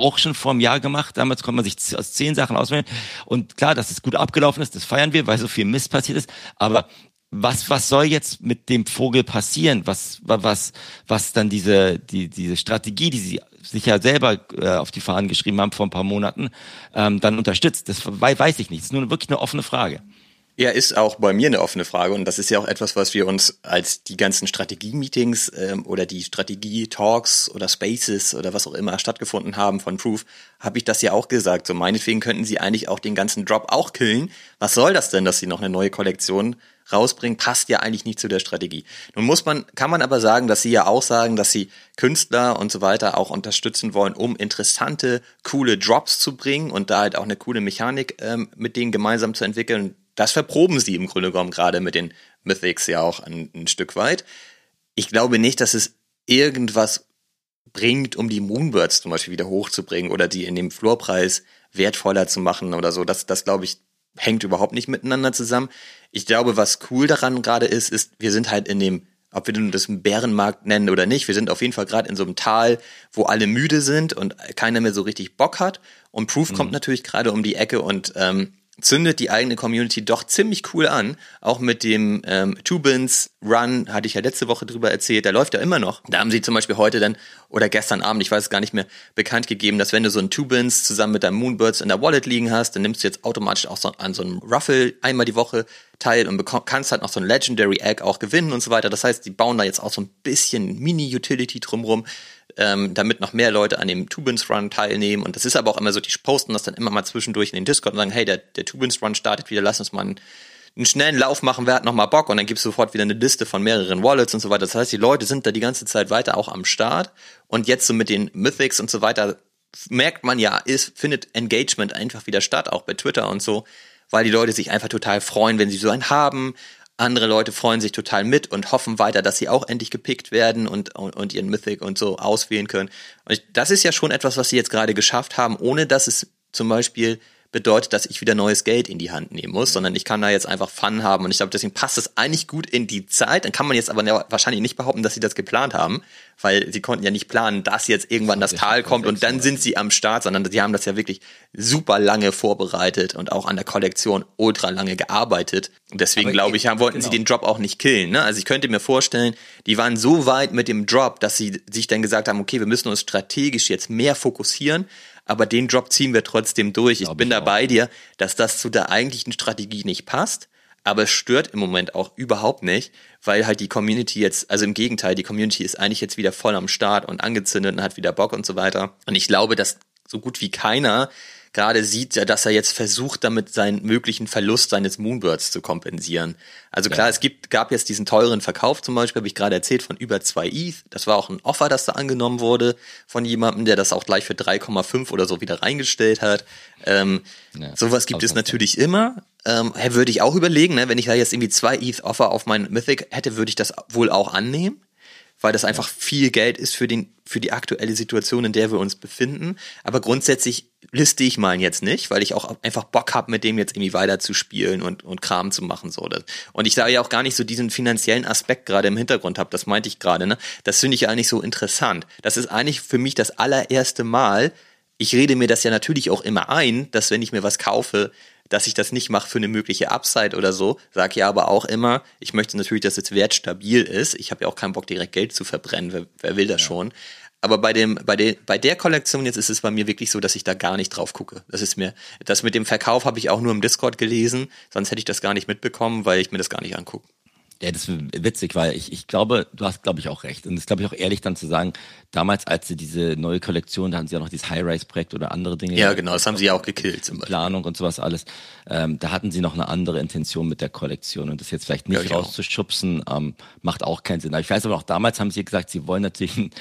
auch schon vor einem Jahr gemacht. Damals konnte man sich z- aus zehn Sachen auswählen. Und klar, dass es gut abgelaufen ist, das feiern wir, weil so viel Mist passiert ist. Aber was, was soll jetzt mit dem Vogel passieren? Was, was, was dann diese, die, diese Strategie, die sie sich ja selber äh, auf die Fahnen geschrieben haben vor ein paar Monaten, ähm, dann unterstützt? Das weiß ich nicht. Das ist nur wirklich eine offene Frage. Ja, ist auch bei mir eine offene Frage und das ist ja auch etwas, was wir uns als die ganzen Strategie-Meetings ähm, oder die Strategie-Talks oder Spaces oder was auch immer stattgefunden haben von Proof, habe ich das ja auch gesagt. So meinetwegen könnten sie eigentlich auch den ganzen Drop auch killen. Was soll das denn, dass sie noch eine neue Kollektion rausbringen? Passt ja eigentlich nicht zu der Strategie. Nun muss man, kann man aber sagen, dass sie ja auch sagen, dass sie Künstler und so weiter auch unterstützen wollen, um interessante, coole Drops zu bringen und da halt auch eine coole Mechanik ähm, mit denen gemeinsam zu entwickeln. Das verproben sie im Grunde genommen gerade mit den Mythics ja auch ein, ein Stück weit. Ich glaube nicht, dass es irgendwas bringt, um die Moonbirds zum Beispiel wieder hochzubringen oder die in dem Floorpreis wertvoller zu machen oder so. Das, das glaube ich, hängt überhaupt nicht miteinander zusammen. Ich glaube, was cool daran gerade ist, ist, wir sind halt in dem, ob wir das einen Bärenmarkt nennen oder nicht, wir sind auf jeden Fall gerade in so einem Tal, wo alle müde sind und keiner mehr so richtig Bock hat. Und Proof mhm. kommt natürlich gerade um die Ecke und ähm, zündet die eigene Community doch ziemlich cool an. Auch mit dem ähm, Two-Bins Run, hatte ich ja letzte Woche drüber erzählt, der läuft ja immer noch. Da haben sie zum Beispiel heute dann, oder gestern Abend, ich weiß es gar nicht mehr, bekannt gegeben, dass wenn du so ein Two-Bins zusammen mit deinem Moonbirds in der Wallet liegen hast, dann nimmst du jetzt automatisch auch so an so einem Ruffle einmal die Woche teil und bekomm, kannst halt noch so ein Legendary Egg auch gewinnen und so weiter. Das heißt, die bauen da jetzt auch so ein bisschen Mini-Utility drumrum, ähm, damit noch mehr Leute an dem Two-Bins-Run teilnehmen. Und das ist aber auch immer so, die posten das dann immer mal zwischendurch in den Discord und sagen, hey, der, der Two-Bins-Run startet wieder, lass uns mal einen, einen schnellen Lauf machen, wer hat noch mal Bock? Und dann gibt's sofort wieder eine Liste von mehreren Wallets und so weiter. Das heißt, die Leute sind da die ganze Zeit weiter auch am Start. Und jetzt so mit den Mythics und so weiter merkt man ja, ist, findet Engagement einfach wieder statt, auch bei Twitter und so, weil die Leute sich einfach total freuen, wenn sie so einen haben. Andere Leute freuen sich total mit und hoffen weiter, dass sie auch endlich gepickt werden und, und, und ihren Mythic und so auswählen können. Und ich, das ist ja schon etwas, was sie jetzt gerade geschafft haben, ohne dass es zum Beispiel bedeutet, dass ich wieder neues Geld in die Hand nehmen muss, sondern ich kann da jetzt einfach Fun haben und ich glaube, deswegen passt es eigentlich gut in die Zeit. Dann kann man jetzt aber wahrscheinlich nicht behaupten, dass sie das geplant haben, weil sie konnten ja nicht planen, dass jetzt irgendwann das Tal kommt und dann sind sie am Start, sondern sie haben das ja wirklich super lange vorbereitet und auch an der Kollektion ultra lange gearbeitet. Und deswegen glaube ich, ja, wollten genau. sie den Drop auch nicht killen. Ne? Also ich könnte mir vorstellen, die waren so weit mit dem Drop, dass sie sich dann gesagt haben, okay, wir müssen uns strategisch jetzt mehr fokussieren, aber den Drop ziehen wir trotzdem durch. Ich bin da bei dir, dass das zu der eigentlichen Strategie nicht passt, aber es stört im Moment auch überhaupt nicht, weil halt die Community jetzt, also im Gegenteil, die Community ist eigentlich jetzt wieder voll am Start und angezündet und hat wieder Bock und so weiter. Und ich glaube, dass so gut wie keiner gerade sieht, dass er jetzt versucht, damit seinen möglichen Verlust seines Moonbirds zu kompensieren. Also klar, ja. es gibt, gab jetzt diesen teuren Verkauf zum Beispiel, habe ich gerade erzählt, von über zwei E T H. Das war auch ein Offer, das da angenommen wurde von jemandem, der das auch gleich für drei Komma fünf oder so wieder reingestellt hat. Ähm, ja, sowas gibt es natürlich ja. immer. Ähm, würde ich auch überlegen, ne? Wenn ich da jetzt irgendwie zwei E T H Offer auf meinen Mythic hätte, würde ich das wohl auch annehmen, weil das einfach viel Geld ist für den für die aktuelle Situation, in der wir uns befinden. Aber grundsätzlich liste ich mal jetzt nicht, weil ich auch einfach Bock habe, mit dem jetzt irgendwie weiter zu spielen und, und Kram zu machen. So. Und ich da ja auch gar nicht so diesen finanziellen Aspekt gerade im Hintergrund habe, das meinte ich gerade. Ne? Das finde ich ja eigentlich so interessant. Das ist eigentlich für mich das allererste Mal, ich rede mir das ja natürlich auch immer ein, dass wenn ich mir was kaufe, dass ich das nicht mache für eine mögliche Upside oder so, sage ja aber auch immer, ich möchte natürlich, dass es wertstabil ist. Ich habe ja auch keinen Bock, direkt Geld zu verbrennen. Wer, wer will das ja. schon? Aber bei dem, bei der, bei der Kollektion jetzt ist es bei mir wirklich so, dass ich da gar nicht drauf gucke. Das ist mir, das mit dem Verkauf habe ich auch nur im Discord gelesen, sonst hätte ich das gar nicht mitbekommen, weil ich mir das gar nicht angucke. Ja, das ist witzig, weil ich, ich glaube, du hast, glaube ich, auch recht. Und das glaube ich auch ehrlich dann zu sagen, damals, als sie diese neue Kollektion, da hatten sie ja noch dieses High-Rise-Projekt oder andere Dinge. Ja, genau, das haben sie ja auch gekillt. Zum Beispiel. Planung und sowas alles. Ähm, da hatten sie noch eine andere Intention mit der Kollektion. Und das jetzt vielleicht nicht ja, rauszuschubsen, ähm, macht auch keinen Sinn. Aber ich weiß aber auch, damals haben sie gesagt, sie wollen natürlich einen,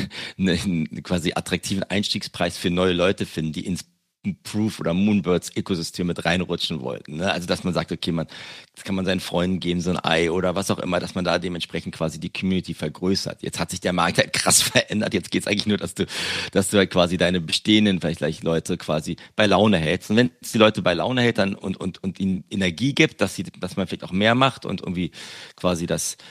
einen quasi attraktiven Einstiegspreis für neue Leute finden, die ins Proof oder Moonbirds Ökosystem mit reinrutschen wollten. Ne? Also dass man sagt, okay, man, das kann man seinen Freunden geben, so ein Ei oder was auch immer, dass man da dementsprechend quasi die Community vergrößert. Jetzt hat sich der Markt halt krass verändert. Jetzt geht's eigentlich nur, dass du, dass du halt quasi deine bestehenden vielleicht gleich Leute quasi bei Laune hältst. Und wenn es die Leute bei Laune hält dann und und und ihnen Energie gibt, dass sie, dass man vielleicht auch mehr macht und irgendwie quasi das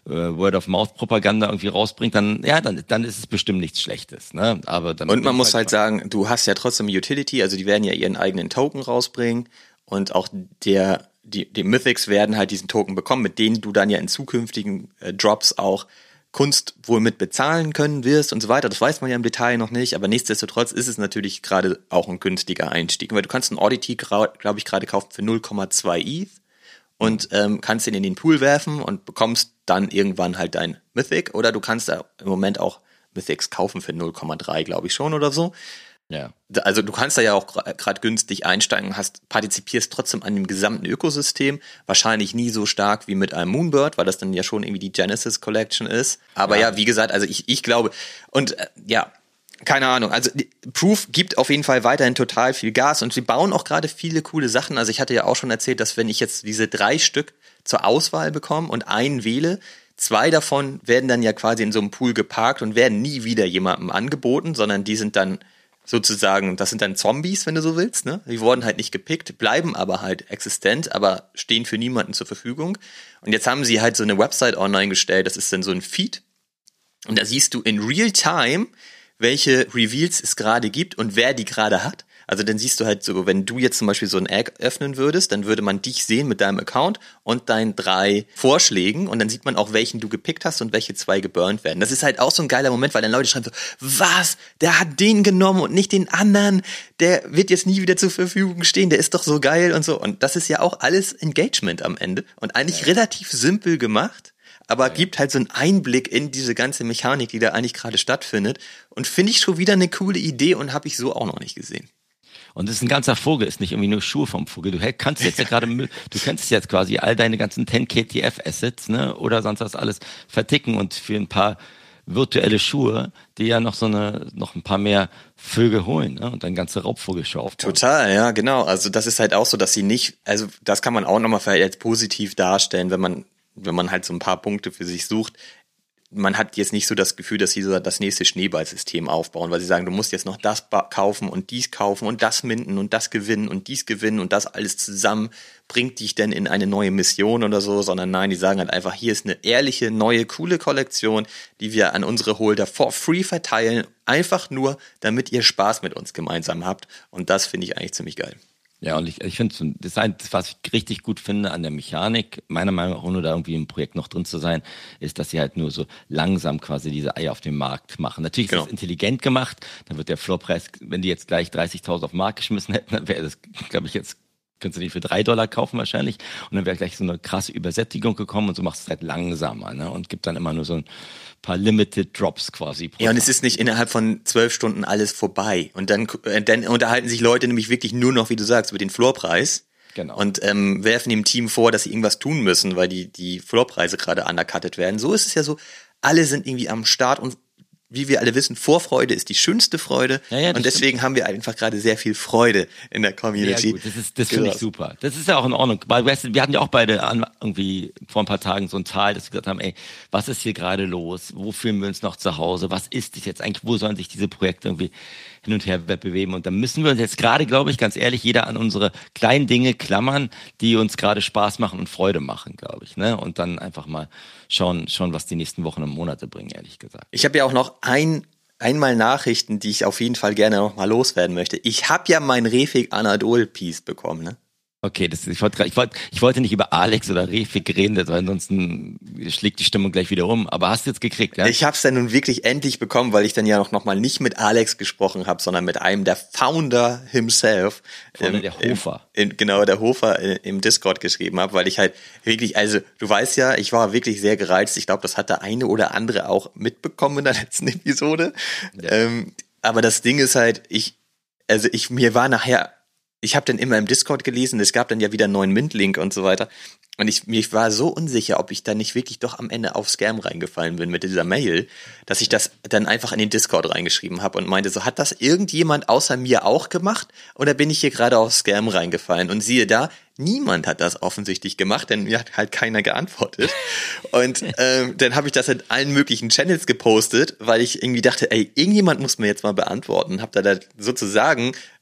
Word-of-Mouth-Propaganda irgendwie rausbringt, dann ja, dann dann ist es bestimmt nichts Schlechtes, ne? Aber dann und man muss halt, halt sagen, du hast ja trotzdem Utility, also die werden ja ihren eigenen Token rausbringen und auch der die die Mythics werden halt diesen Token bekommen, mit denen du dann ja in zukünftigen äh, Drops auch Kunst wohl mit bezahlen können wirst und so weiter. Das weiß man ja im Detail noch nicht, aber nichtsdestotrotz ist es natürlich gerade auch ein günstiger Einstieg, weil du kannst einen Oddity, glaube ich, gerade kaufen für null Komma zwei E T H und ähm, kannst ihn in den Pool werfen und bekommst dann irgendwann halt dein Mythic, oder du kannst da im Moment auch Mythics kaufen für null Komma drei, glaube ich schon, oder so. Ja. Also du kannst da ja auch gerade günstig einsteigen, hast partizipierst trotzdem an dem gesamten Ökosystem, wahrscheinlich nie so stark wie mit einem Moonbird, weil das dann ja schon irgendwie die Genesis Collection ist. Aber ja, ja wie gesagt, also ich ich glaube und äh, ja, keine Ahnung, also die, Proof gibt auf jeden Fall weiterhin total viel Gas und sie bauen auch gerade viele coole Sachen. Also ich hatte ja auch schon erzählt, dass wenn ich jetzt diese drei Stück zur Auswahl bekomme und einen wähle, zwei davon werden dann ja quasi in so einem Pool geparkt und werden nie wieder jemandem angeboten, sondern die sind dann sozusagen, das sind dann Zombies, wenn du so willst, ne? Die wurden halt nicht gepickt, bleiben aber halt existent, aber stehen für niemanden zur Verfügung. Und jetzt haben sie halt so eine Website online gestellt, das ist dann so ein Feed. Und da siehst du in real time, welche Reveals es gerade gibt und wer die gerade hat. Also dann siehst du halt so, wenn du jetzt zum Beispiel so ein Egg öffnen würdest, dann würde man dich sehen mit deinem Account und deinen drei Vorschlägen und dann sieht man auch, welchen du gepickt hast und welche zwei geburnt werden. Das ist halt auch so ein geiler Moment, weil dann Leute schreiben so, was, der hat den genommen und nicht den anderen, der wird jetzt nie wieder zur Verfügung stehen, der ist doch so geil und so. Und das ist ja auch alles Engagement am Ende und eigentlich ja. relativ simpel gemacht. Aber ja. gibt halt so einen Einblick in diese ganze Mechanik, die da eigentlich gerade stattfindet. Und finde ich schon wieder eine coole Idee und habe ich so auch noch nicht gesehen. Und das ist ein ganzer Vogel, ist nicht irgendwie nur Schuhe vom Vogel. Du kannst jetzt ja gerade, du kannst jetzt quasi all deine ganzen zehn K T F-Assets, ne, oder sonst was alles verticken und für ein paar virtuelle Schuhe, die ja noch so eine, noch ein paar mehr Vögel holen, ne, und dann ganze Raubvogelshow aufbauen. Total, ja, genau. Also das ist halt auch so, dass sie nicht, also das kann man auch nochmal vielleicht als positiv darstellen, wenn man, wenn man halt so ein paar Punkte für sich sucht. Man hat jetzt nicht so das Gefühl, dass sie so das nächste Schneeballsystem aufbauen, weil sie sagen, du musst jetzt noch das kaufen und dies kaufen und das minden und das gewinnen und dies gewinnen und das alles zusammen bringt dich denn in eine neue Mission oder so, sondern nein, die sagen halt einfach, hier ist eine ehrliche, neue, coole Kollektion, die wir an unsere Holder for free verteilen, einfach nur, damit ihr Spaß mit uns gemeinsam habt, und das finde ich eigentlich ziemlich geil. Ja, und ich, ich finde, das, was ich richtig gut finde an der Mechanik, meiner Meinung nach, ohne da irgendwie im Projekt noch drin zu sein, ist, dass sie halt nur so langsam quasi diese Eier auf den Markt machen. Natürlich genau. ist das intelligent gemacht, dann wird der Floorpreis, wenn die jetzt gleich dreißigtausend auf den Markt geschmissen hätten, dann wäre das, glaube ich, jetzt könntest du die für drei Dollar kaufen wahrscheinlich, und dann wäre gleich so eine krasse Übersättigung gekommen, und so machst du es halt langsamer, ne, und gibt dann immer nur so ein paar Limited Drops quasi pro Ja, und es ist nicht innerhalb von zwölf Stunden alles vorbei, und dann, äh, dann unterhalten sich Leute nämlich wirklich nur noch, wie du sagst, über den Floorpreis. Genau. Und ähm, werfen dem Team vor, dass sie irgendwas tun müssen, weil die, die Floorpreise gerade undercuttet werden. So ist es ja so, alle sind irgendwie am Start, und wie wir alle wissen, Vorfreude ist die schönste Freude, ja, ja, und deswegen stimmt. haben wir einfach gerade sehr viel Freude in der Community. Ja, gut, das ist, das finde ich super. Das ist ja auch in Ordnung. Weil wir hatten ja auch beide an, irgendwie vor ein paar Tagen so ein Tal, dass wir gesagt haben, ey, was ist hier gerade los? Wo fühlen wir uns noch zu Hause? Was ist das jetzt eigentlich? Wo sollen sich diese Projekte irgendwie hin und her bewegen? Und da müssen wir uns jetzt gerade, glaube ich, ganz ehrlich, jeder an unsere kleinen Dinge klammern, die uns gerade Spaß machen und Freude machen, glaube ich, ne? Und dann einfach mal schauen, schauen, was die nächsten Wochen und Monate bringen, ehrlich gesagt. Ich habe ja auch noch ein einmal Nachrichten, die ich auf jeden Fall gerne noch mal loswerden möchte. Ich habe ja mein Refik Anadol-Piece bekommen, ne? Okay, das, ich, wollte, ich, wollte, ich wollte nicht über Alex oder Refik reden, weil ansonsten schlägt die Stimmung gleich wieder um. Aber hast du jetzt gekriegt, ja? Ich habe es dann nun wirklich endlich bekommen, weil ich dann ja noch, noch mal nicht mit Alex gesprochen habe, sondern mit einem der Founder himself. Founder im, der Hofer. Im, im, genau, der Hofer im Discord geschrieben habe, weil ich halt wirklich, also du weißt ja, ich war wirklich sehr gereizt. Ich glaube, das hat der eine oder andere auch mitbekommen in der letzten Episode. Ja. Ähm, aber das Ding ist halt, ich, also ich, mir war nachher, ich habe dann immer im Discord gelesen, es gab dann ja wieder einen neuen Mint-Link und so weiter. Und ich, ich war so unsicher, ob ich da nicht wirklich doch am Ende auf Scam reingefallen bin mit dieser Mail, dass ich das dann einfach in den Discord reingeschrieben habe und meinte so, hat das irgendjemand außer mir auch gemacht oder bin ich hier gerade auf Scam reingefallen? Und siehe da, niemand hat das offensichtlich gemacht, denn mir hat halt keiner geantwortet. Und ähm, dann habe ich das in allen möglichen Channels gepostet, weil ich irgendwie dachte, ey, irgendjemand muss mir jetzt mal beantworten. Hab da, da sozusagen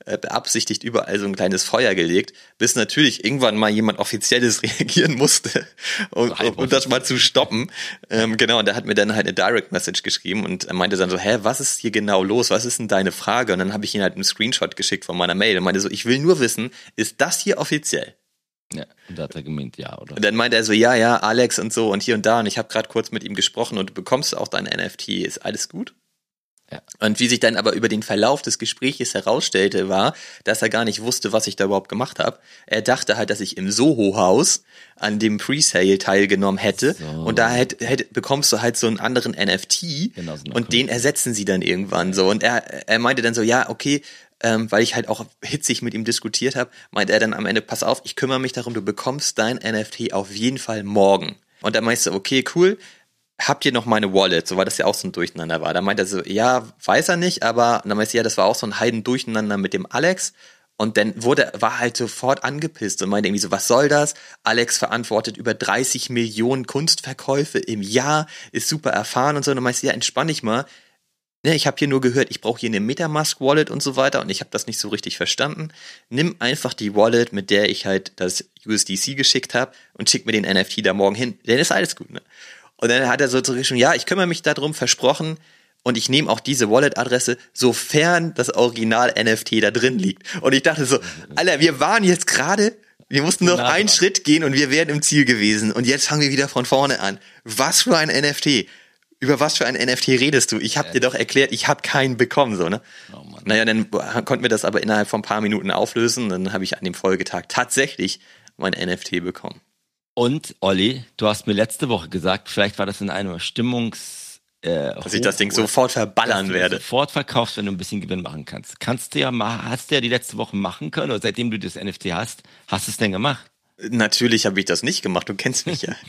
äh, beabsichtigt überall so ein kleines Feuer gelegt, bis natürlich irgendwann mal jemand Offizielles reagieren musste, um, um, um das mal zu stoppen. Ähm, genau, und der hat mir dann halt eine Direct Message geschrieben und er meinte dann so, hä, was ist hier genau los? Was ist denn deine Frage? Und dann habe ich ihn halt einen Screenshot geschickt von meiner Mail und meinte so, ich will nur wissen, ist das hier offiziell? Ja, und da hat er gemeint, ja, oder? Und dann meinte er so, ja, ja, Alex und so und hier und da und ich habe gerade kurz mit ihm gesprochen und du bekommst auch dein N F T, ist alles gut? Ja. Und wie sich dann aber über den Verlauf des Gesprächs herausstellte, war, dass er gar nicht wusste, was ich da überhaupt gemacht habe. Er dachte halt, dass ich im Soho-Haus an dem Presale teilgenommen hätte so. Und da hätt, hätt, bekommst du halt so einen anderen N F T genau, so und den ersetzen sie dann irgendwann so. Und er, er meinte dann so, ja, okay, ähm, weil ich halt auch hitzig mit ihm diskutiert habe, meinte er dann am Ende, pass auf, ich kümmere mich darum, du bekommst dein N F T auf jeden Fall morgen. Und da meinst du, okay, cool, habt ihr noch meine Wallet? So, weil das ja auch so ein Durcheinander war. Da meinte er so, ja, weiß er nicht, aber und dann meinte er, ja, das war auch so ein Heiden-Durcheinander mit dem Alex. Und dann wurde, war halt sofort angepisst und meinte irgendwie so, was soll das? Alex verantwortet über dreißig Millionen Kunstverkäufe im Jahr, ist super erfahren und so. Und dann meinte er, ja, entspann dich mal. Ne, ich habe hier nur gehört, ich brauche hier eine Metamask-Wallet und so weiter und ich habe das nicht so richtig verstanden. Nimm einfach die Wallet, mit der ich halt das U S D C geschickt habe und schick mir den N F T da morgen hin. Dann ist alles gut, ne? Und dann hat er so zurückgeschrieben, ja, ich kümmere mich darum, versprochen und ich nehme auch diese Wallet-Adresse, sofern das Original-N F T da drin liegt. Und ich dachte so, Alter, wir waren jetzt gerade, wir mussten noch einen dran. Schritt gehen und wir wären im Ziel gewesen und jetzt fangen wir wieder von vorne an. Was für ein N F T? Über was für ein N F T redest du? Ich habe dir doch erklärt, ich habe keinen bekommen, so, ne? Oh Mann. Naja, dann konnten wir das aber innerhalb von ein paar Minuten auflösen. Dann habe ich an dem Folgetag tatsächlich mein N F T bekommen. Und, Olli, du hast mir letzte Woche gesagt, vielleicht war das in einer Stimmungs... Äh, dass ich das Ding sofort verballern dass werde. Du sofort verkaufst, wenn du ein bisschen Gewinn machen kannst. Kannst du ja mal, hast du ja die letzte Woche machen können, oder seitdem du das N F T hast, hast du es denn gemacht? Natürlich habe ich das nicht gemacht, du kennst mich ja.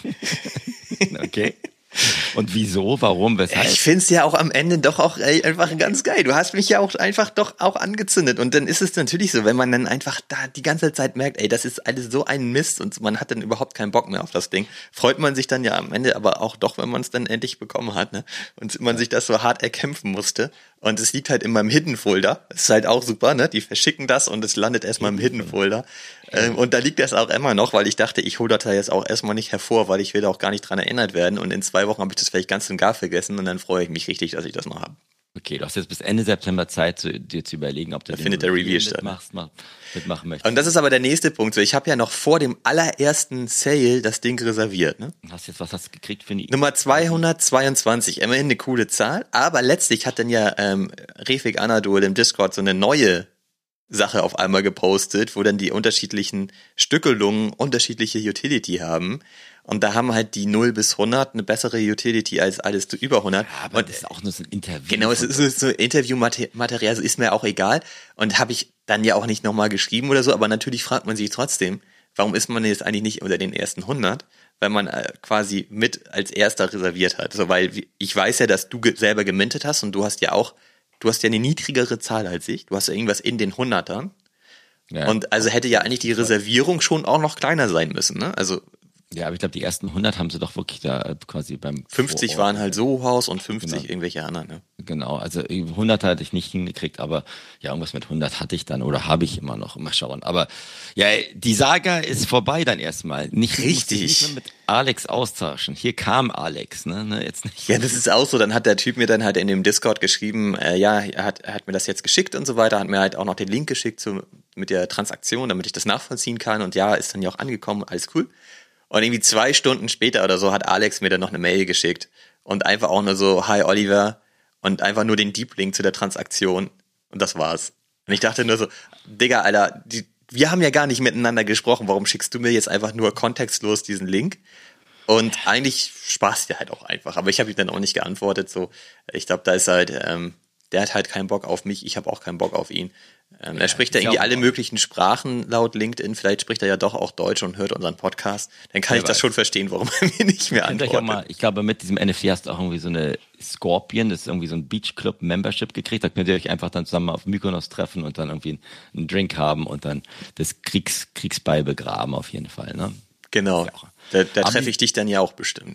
Okay. Und wieso, warum, weshalb? Ich find's ja auch am Ende doch auch ey, einfach ganz geil. Du hast mich ja auch einfach doch auch angezündet. Und dann ist es natürlich so, wenn man dann einfach da die ganze Zeit merkt, ey, das ist alles so ein Mist und man hat dann überhaupt keinen Bock mehr auf das Ding, freut man sich dann ja am Ende aber auch doch, wenn man es dann endlich bekommen hat, ne? Und man sich das so hart erkämpfen musste. Und es liegt halt in meinem Hidden-Folder. Das ist halt auch super, ne? Die verschicken das und es landet erstmal im Hidden-Folder. Ähm, und da liegt das auch immer noch, weil ich dachte, ich hole das da jetzt auch erstmal nicht hervor, weil ich will auch gar nicht dran erinnert werden. Und in zwei Wochen habe ich das vielleicht ganz und gar vergessen und dann freue ich mich richtig, dass ich das noch habe. Okay, du hast jetzt bis Ende September Zeit, zu, dir zu überlegen, ob du da den findet der Review statt. Mitmachst, mach, mitmachen möchtest. Und das ist aber der nächste Punkt. Ich habe ja noch vor dem allerersten Sale das Ding reserviert. Ne? Hast jetzt, was hast du gekriegt für die? Nummer zweihundertzweiundzwanzig, immerhin eine coole Zahl. Aber letztlich hat dann ja ähm, Refik Anadol im Discord so eine neue Sache auf einmal gepostet, wo dann die unterschiedlichen Stückelungen unterschiedliche Utility haben. Und da haben halt die null bis hundert eine bessere Utility als alles zu über hundert. Ja, aber und das ist auch nur so ein Interview. Genau, es ist so, so Interviewmaterial, also ist mir auch egal. Und habe ich dann ja auch nicht nochmal geschrieben oder so, aber natürlich fragt man sich trotzdem, warum ist man jetzt eigentlich nicht unter den ersten hundert? Weil man äh, quasi mit als erster reserviert hat. So, weil ich weiß ja, dass du ge- selber gemintet hast und du hast ja auch, du hast ja eine niedrigere Zahl als ich. Du hast ja irgendwas in den Hundertern. Ja, und also hätte ja eigentlich die Reservierung schon auch noch kleiner sein müssen, ne? Also ja, aber ich glaube, die ersten hundert haben sie doch wirklich da quasi beim fünfzig Vorort. Waren halt Soho-Haus und fünfzig genau. Irgendwelche anderen. Ne? Genau, also hundert hatte ich nicht hingekriegt, aber ja, irgendwas mit hundert hatte ich dann oder habe ich immer noch. Mal schauen. Aber ja, die Saga ist vorbei dann erstmal. Nicht richtig. Nicht mehr mit Alex austauschen. Hier kam Alex, ne? ne jetzt nicht. Ja, das ist auch so. Dann hat der Typ mir dann halt in dem Discord geschrieben, äh, ja, er hat, er hat mir das jetzt geschickt und so weiter, hat mir halt auch noch den Link geschickt zu, mit der Transaktion, damit ich das nachvollziehen kann. Und ja, ist dann ja auch angekommen, alles cool. Und irgendwie zwei Stunden später oder so hat Alex mir dann noch eine Mail geschickt und einfach auch nur so, hi Oliver, und einfach nur den Deep Link zu der Transaktion und das war's. Und ich dachte nur so, Digga, Alter, die, wir haben ja gar nicht miteinander gesprochen, warum schickst du mir jetzt einfach nur kontextlos diesen Link? Und eigentlich spaßt der halt auch einfach, aber ich habe ihm dann auch nicht geantwortet, so, ich glaube, da ist halt, ähm, der hat halt keinen Bock auf mich, ich habe auch keinen Bock auf ihn. Ähm, ja, er spricht ja irgendwie alle möglichen Sprachen laut LinkedIn, vielleicht spricht er ja doch auch Deutsch und hört unseren Podcast, dann kann ja, ich das schon verstehen, warum er mir nicht mehr antwortet. Ich, mal, ich glaube, mit diesem N F T hast du auch irgendwie so eine Scorpion, das ist irgendwie so ein Beach Club Membership gekriegt, da könnt ihr euch einfach dann zusammen auf Mykonos treffen und dann irgendwie einen Drink haben und dann das Kriegs, Kriegsbeil begraben auf jeden Fall, ne? Genau, da, da treffe ich dich dann ja auch bestimmt.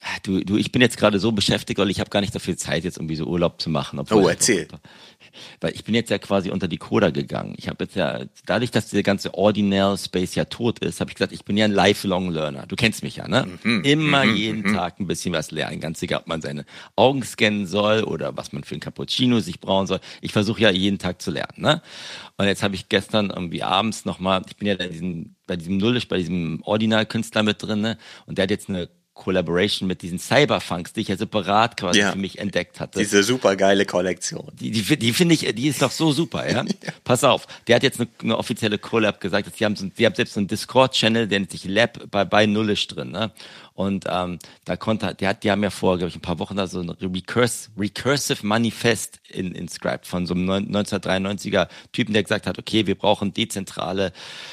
Du, du, ich bin jetzt gerade so beschäftigt, weil ich habe gar nicht dafür Zeit, jetzt irgendwie so Urlaub zu machen. Oh, erzähl. Weil ich bin jetzt ja quasi unter die Coda gegangen. Ich habe jetzt ja, dadurch, dass der ganze Ordinal Space ja tot ist, habe ich gesagt, ich bin ja ein Lifelong Learner. Du kennst mich ja, ne? Mhm. Immer mhm. jeden mhm. Tag ein bisschen was lernen. Ganz egal, ob man seine Augen scannen soll oder was man für ein Cappuccino sich brauen soll. Ich versuche ja jeden Tag zu lernen, ne? Und jetzt habe ich gestern irgendwie abends nochmal, ich bin ja bei diesem, bei diesem Nullisch, bei diesem Ordinal-Künstler mit drin, ne? Und der hat jetzt eine Collaboration mit diesen Cyberfunks, die ich ja separat quasi ja. für mich entdeckt hatte. Diese super geile Kollektion. Die, die, die finde ich, die ist doch so super, ja? ja. Pass auf, der hat jetzt eine, eine offizielle Collab gesagt, dass die haben, so, die haben selbst so einen Discord-Channel, der nennt sich Lab bei, bei Nullisch drin, ne? Und ähm, da konnte, der hat, die haben ja vor, glaube ich, ein paar Wochen da so ein Recurs, Recursive Manifest in, inscribed von so einem neunzehnhundertdreiundneunziger Typen, der gesagt hat, okay, wir brauchen dezentrale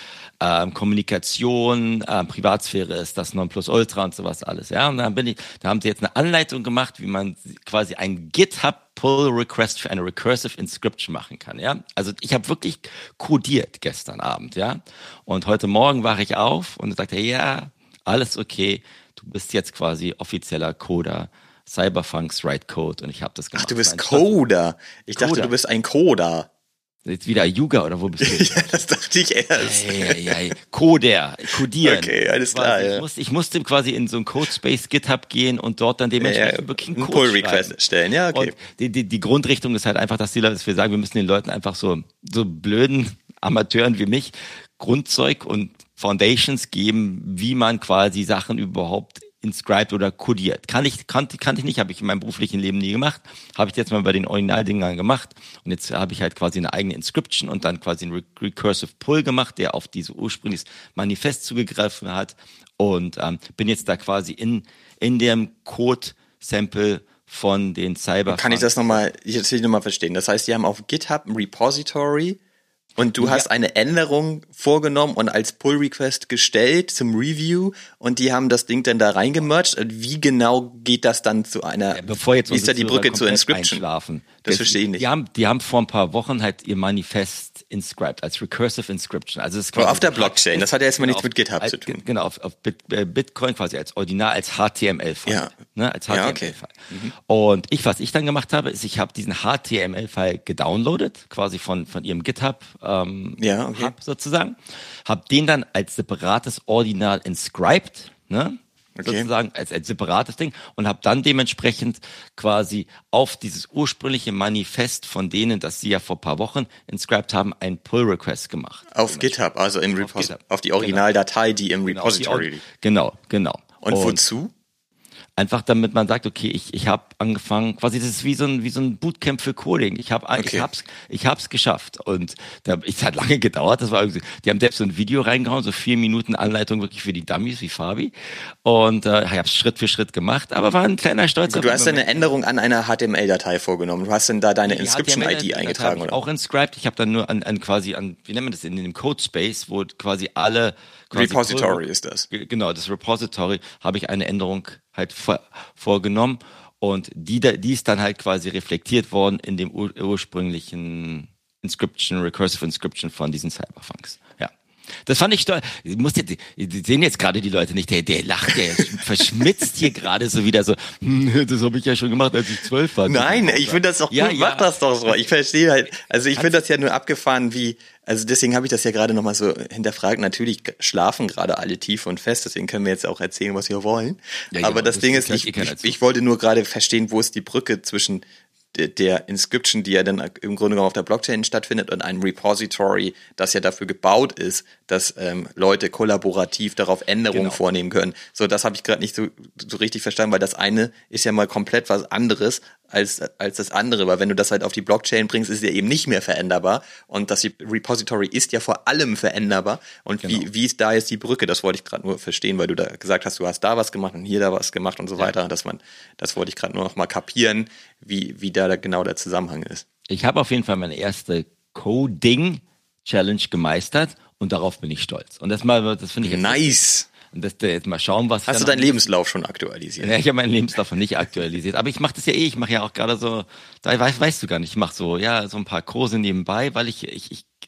Ähm, Kommunikation, äh, Privatsphäre ist das Nonplusultra und sowas alles, ja. Und dann bin ich, da haben sie jetzt eine Anleitung gemacht, wie man quasi ein GitHub Pull Request für eine Recursive Inscription machen kann, ja. Also ich habe wirklich codiert gestern Abend, ja. Und heute Morgen wache ich auf und sagte, ja, alles okay, du bist jetzt quasi offizieller Coder. Cyberfunks Write Code und ich habe das gemacht. Ach, du bist Coder. Ich Coder. dachte, du bist ein Coder. Jetzt wieder Yuga oder wo bist du? Ja, das dachte ich erst. Hey, hey, hey. Coder, codieren. Okay, alles klar. Ich, ja. musste, ich musste quasi in so ein Codespace GitHub gehen und dort dann dementsprechend ja, ja. wirklich einen Pull Request stellen. Ja, okay. Und die, die, die Grundrichtung ist halt einfach, dass die Leute, dass wir sagen, wir müssen den Leuten einfach so, so blöden Amateuren wie mich Grundzeug und Foundations geben, wie man quasi Sachen überhaupt inscribed oder codiert. Kann ich, kannte, kannte ich nicht, habe ich in meinem beruflichen Leben nie gemacht. Habe ich jetzt mal bei den Originaldingern gemacht. Und jetzt habe ich halt quasi eine eigene Inscription und dann quasi einen Recursive Pull gemacht, der auf diese ursprüngliches Manifest zugegriffen hat. Und ähm, bin jetzt da quasi in, in dem Code-Sample von den Cyberfunks. Kann ich das nochmal, ich will das nochmal verstehen. Das heißt, die haben auf GitHub ein Repository und du ja. hast eine Änderung vorgenommen und als Pull-Request gestellt zum Review und die haben das Ding dann da reingemerged. Wie genau geht das dann zu einer, ja, bevor jetzt wie ist da die Brücke zur Inscription? Einschlafen. Das, das verstehe ich nicht. Die haben, die haben vor ein paar Wochen halt ihr Manifest inscribed als Recursive Inscription. Also es ist quasi auf der Blockchain, das hat ja erstmal nichts mit GitHub als, zu tun. Genau, auf, auf Bit, äh, Bitcoin quasi als Original, als H T M L-File. Ja. Ne, als H T M L-File. Ja, okay. Mhm. Und ich, was ich dann gemacht habe, ist, ich habe diesen H T M L-File gedownloadet, quasi von, von ihrem GitHub ähm, ja, okay. Hub sozusagen, habe den dann als separates Ordinal inscribed, ne? Okay. Sozusagen als, als separates Ding und habe dann dementsprechend quasi auf dieses ursprüngliche Manifest von denen, das sie ja vor ein paar Wochen inscribed haben, einen Pull-Request gemacht. Auf GitHub, also im Repository, auf, auf die Originaldatei, die im genau, Repository liegt. Genau, genau. Und, und wozu? Einfach damit man sagt, okay, ich ich habe angefangen, quasi das ist wie so ein wie so ein Bootcamp für Coding. Ich habe okay. ich hab's ich hab's geschafft und da es hat lange gedauert. Das war irgendwie, die haben selbst so ein Video reingehauen, so vier Minuten Anleitung wirklich für die Dummies wie Fabi und äh, ich habe es Schritt für Schritt gemacht, aber war ein kleiner Stolz. Du hast eine Änderung an einer H T M L-Datei vorgenommen. Du hast dann da deine Inscription-I D eingetragen oder? Auch inscribed. Ich habe dann nur an, an quasi an wie nennt man das in dem Codespace, wo quasi alle Repository ist das. Genau, das Repository habe ich eine Änderung halt vor, vorgenommen und die, die ist dann halt quasi reflektiert worden in dem ur, ursprünglichen Inscription, Recursive Inscription von diesen Cyberfunks. Ja. Das fand ich toll. Ich muss jetzt, die sehen jetzt gerade die Leute nicht, der, der lacht, der verschmitzt hier gerade so wieder so, hm, das habe ich ja schon gemacht, als ich zwölf war. Nein, ich finde das doch ja, gut, ja. mach das doch so. Ich verstehe halt, also ich finde das ja nur abgefahren, wie, also deswegen habe ich das ja gerade nochmal so hinterfragt. Natürlich schlafen gerade alle tief und fest, deswegen können wir jetzt auch erzählen, was wir wollen. Ja, Aber genau, das, das Ding ist, ich, ich, ich wollte nur gerade verstehen, wo ist die Brücke zwischen der, der Inscription, die ja dann im Grunde genommen auf der Blockchain stattfindet und ein Repository, das ja dafür gebaut ist, dass ähm, Leute kollaborativ darauf Änderungen genau. vornehmen können. So, das habe ich gerade nicht so, so richtig verstanden, weil das eine ist ja mal komplett was anderes als als das andere, weil wenn du das halt auf die Blockchain bringst, ist es ja eben nicht mehr veränderbar und das Repository ist ja vor allem veränderbar und genau. wie wie ist da jetzt die Brücke? Das wollte ich gerade nur verstehen, weil du da gesagt hast, du hast da was gemacht und hier da was gemacht und so ja. weiter, dass man das wollte ich gerade nur noch mal kapieren, wie wie da genau der Zusammenhang ist. Ich habe auf jeden Fall meine erste Coding Challenge gemeistert und darauf bin ich stolz. Und das mal das finde ich jetzt nice. Und das jetzt mal schauen, was. Hast du deinen Lebenslauf schon aktualisiert? Ja, ich habe meinen Lebenslauf noch nicht aktualisiert. Aber ich mache das ja eh. Ich mache ja auch gerade so, da weißt, weißt du gar nicht, ich mache so, ja, so ein paar Kurse nebenbei, weil ich, ich, ich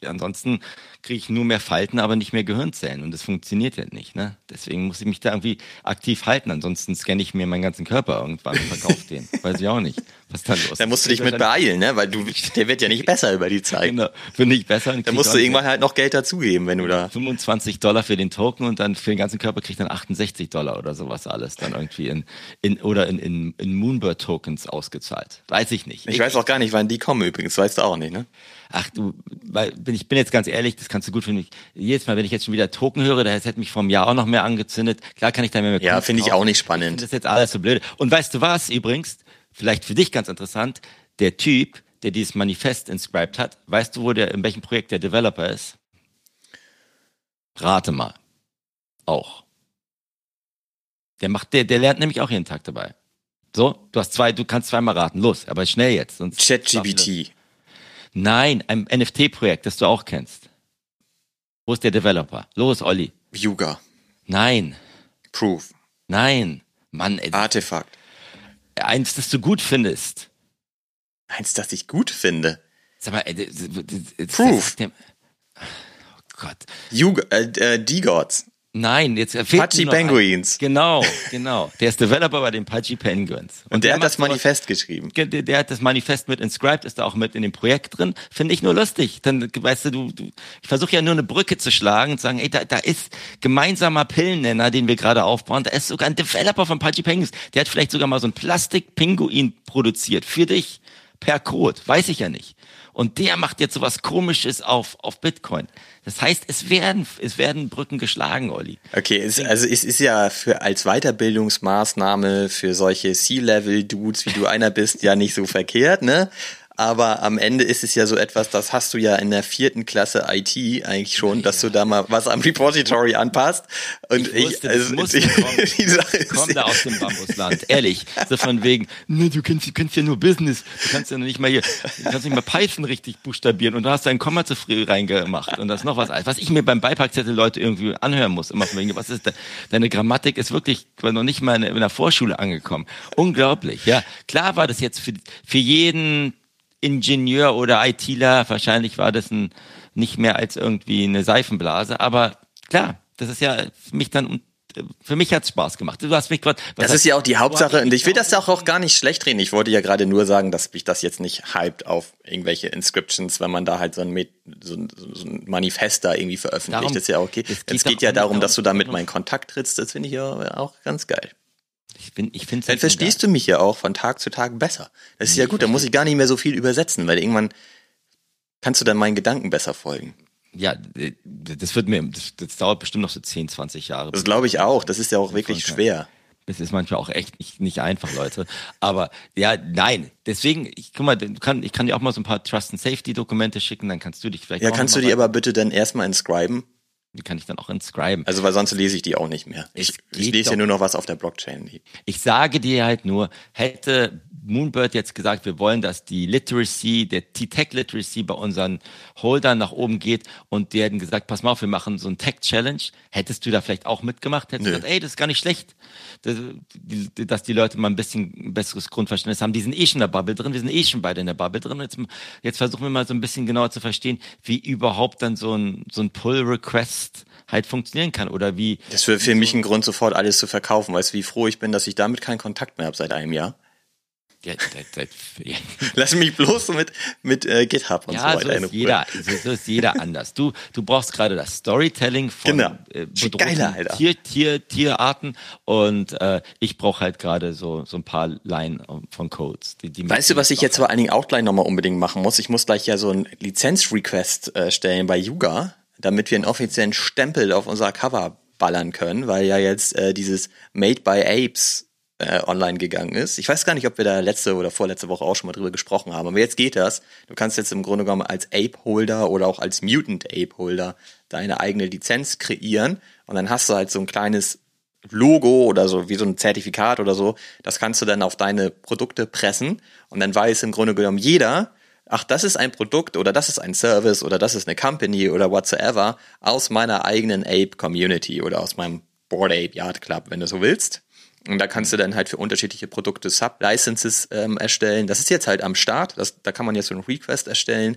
ansonsten kriege ich nur mehr Falten, aber nicht mehr Gehirnzellen und das funktioniert ja nicht, ne? Deswegen muss ich mich da irgendwie aktiv halten, ansonsten scanne ich mir meinen ganzen Körper irgendwann und verkaufe den. Weiß ich auch nicht, was da los ist. Da musst du dich mit beeilen, ne? Weil du, der wird ja nicht besser über die Zeit. Genau, wird nicht besser. Da musst du irgendwann halt noch Geld dazugeben, wenn du da... fünfundzwanzig Dollar für den Token und dann für den ganzen Körper kriegt dann achtundsechzig Dollar oder sowas alles dann irgendwie in, in oder in, in, in Moonbird-Tokens ausgezahlt. Weiß ich nicht. Ich, ich weiß auch gar nicht, wann die kommen übrigens, weißt du auch nicht, ne? Ach du, weil bin ich bin jetzt ganz ehrlich, das kannst du gut für mich. Jedes Mal, wenn ich jetzt schon wieder Token höre, das hätte mich vor einem Jahr auch noch mehr angezündet. Klar kann ich da mehr mit. Ja, finde ich auch nicht spannend. Das ist jetzt alles so blöd. Und weißt du was übrigens, vielleicht für dich ganz interessant, der Typ, der dieses Manifest inscribed hat, weißt du, wo der, in welchem Projekt der Developer ist? Rate mal. Auch. Der macht, der, der lernt nämlich auch jeden Tag dabei. So, du hast zwei, du kannst zweimal raten. Los, aber schnell jetzt. Sonst ChatGPT. Nein, ein N F T-Projekt, das du auch kennst. Wo ist der Developer? Los, Olli. Yuga. Nein. Proof. Nein. Mann, ey. Artefakt. Eins, das du gut findest. Eins, das ich gut finde. Sag mal, ey, das, das, das, Proof. Das, oh Gott. Yuga, äh, äh, D-Gods. Nein, jetzt fehlt Pudgy Penguins. Ein. Genau, genau. Der ist Developer bei den Pudgy Penguins. Und, Und der, der hat das Manifest geschrieben. Der, der hat das Manifest mit inscribed, ist da auch mit in dem Projekt drin. Finde ich nur lustig. Dann, weißt du, du, du ich versuche ja nur eine Brücke zu schlagen und zu sagen, ey, da, da ist gemeinsamer Pillennenner, den wir gerade aufbauen. Da ist sogar ein Developer von Pudgy Penguins. Der hat vielleicht sogar mal so ein Plastik-Pinguin produziert. Für dich. Per Code. Weiß ich ja nicht. Und der macht jetzt sowas Komisches auf, auf Bitcoin. Das heißt, es werden, es werden Brücken geschlagen, Olli. Okay, es, also es ist ja für als Weiterbildungsmaßnahme für solche C-Level-Dudes, wie du einer bist, ja nicht so verkehrt, ne? Aber am Ende ist es ja so etwas, das hast du ja in der vierten Klasse I T eigentlich schon, ja, dass du da mal was am Repository anpasst. Und ich, wusste, ich also muss die, die Sache ist komm da aus dem Bambusland, ehrlich. So von wegen, ne, du kennst, du kennst ja nur Business, du kannst ja nicht mal hier, du kannst nicht mal Python richtig buchstabieren und du hast dein Komma zu früh reingemacht und das ist noch was, was ich mir beim Beipackzettel Leute irgendwie anhören muss, immer von wegen, was ist da, deine Grammatik ist wirklich noch nicht mal in der Vorschule angekommen. Unglaublich, ja. Klar war das jetzt für, für jeden Ingenieur oder ITler, wahrscheinlich war das ein, nicht mehr als irgendwie eine Seifenblase, aber klar, das ist ja für mich dann, für mich hat's Spaß gemacht. Du hast mich grad, das ist ja auch die Hauptsache und ich will das auch, auch gar nicht schlecht reden. Ich wollte ja gerade nur sagen, dass mich das jetzt nicht hypt auf irgendwelche Inscriptions, wenn man da halt so ein, Met, so ein, so ein Manifest da irgendwie veröffentlicht, darum, das ist ja okay. Es geht, geht ja darum, dass du da mit meinen Kontakt trittst, das finde ich ja auch ganz geil. Ich bin, ich find's Dann verstehst geil. Du mich ja auch von Tag zu Tag besser. Das ist nee, ja gut, da muss ich gar nicht mehr so viel übersetzen, weil irgendwann kannst du dann meinen Gedanken besser folgen. Ja, das wird mir, das, das dauert bestimmt noch so zehn, zwanzig Jahre. Das glaube ich auch, das ist ja auch das wirklich schwer. Das ist manchmal auch echt nicht, nicht einfach, Leute. Aber ja, nein, deswegen, ich guck mal, kann, ich kann dir auch mal so ein paar Trust and Safety Dokumente schicken, dann kannst du dich vielleicht Ja, auch kannst du die aber bitte dann erstmal inscriben? Die kann ich dann auch inscriben. Also, weil sonst lese ich die auch nicht mehr. Ich, ich lese ja nur noch was auf der Blockchain. Ich sage dir halt nur, hätte Moonbird jetzt gesagt, wir wollen, dass die Literacy, der T-Tech-Literacy bei unseren Holdern nach oben geht und die hätten gesagt, pass mal auf, wir machen so ein Tech-Challenge, hättest du da vielleicht auch mitgemacht? Hättest du gesagt, ey, das ist gar nicht schlecht, dass die, dass die Leute mal ein bisschen ein besseres Grundverständnis haben. Die sind eh schon in der Bubble drin, wir sind eh schon beide in der Bubble drin. Jetzt, jetzt versuchen wir mal so ein bisschen genauer zu verstehen, wie überhaupt dann so ein, so ein Pull-Request halt funktionieren kann oder wie. Das wäre für so mich ein Grund, sofort alles zu verkaufen. Weißt du, wie froh ich bin, dass ich damit keinen Kontakt mehr habe seit einem Jahr? Ja, das, das, ja. Lass mich bloß mit mit äh, GitHub und ja, so weiter. So ist jeder, so, so ist jeder anders. Du du brauchst gerade das Storytelling von genau. äh, bedrohten Tier, Tier, Tierarten und äh, ich brauche halt gerade so so ein paar Line von Codes. Die, die weißt du, was ich jetzt vor allen Dingen auch gleich nochmal unbedingt machen muss? Ich muss gleich ja so einen Lizenz-Request äh, stellen bei Yuga, damit wir einen offiziellen Stempel auf unser Cover ballern können, weil ja jetzt äh, dieses Made by Apes äh, online gegangen ist. Ich weiß gar nicht, ob wir da letzte oder vorletzte Woche auch schon mal drüber gesprochen haben, aber jetzt geht das. Du kannst jetzt im Grunde genommen als Ape-Holder oder auch als Mutant-Ape-Holder deine eigene Lizenz kreieren und dann hast du halt so ein kleines Logo oder so, wie so ein Zertifikat oder so, das kannst du dann auf deine Produkte pressen und dann weiß im Grunde genommen jeder, ach, das ist ein Produkt oder das ist ein Service oder das ist eine Company oder whatsoever aus meiner eigenen Ape-Community oder aus meinem Bored Ape Yard Club, wenn du so willst. Und da kannst du dann halt für unterschiedliche Produkte Sub-Licenses ähm, erstellen. Das ist jetzt halt am Start. Das, da kann man jetzt so einen Request erstellen.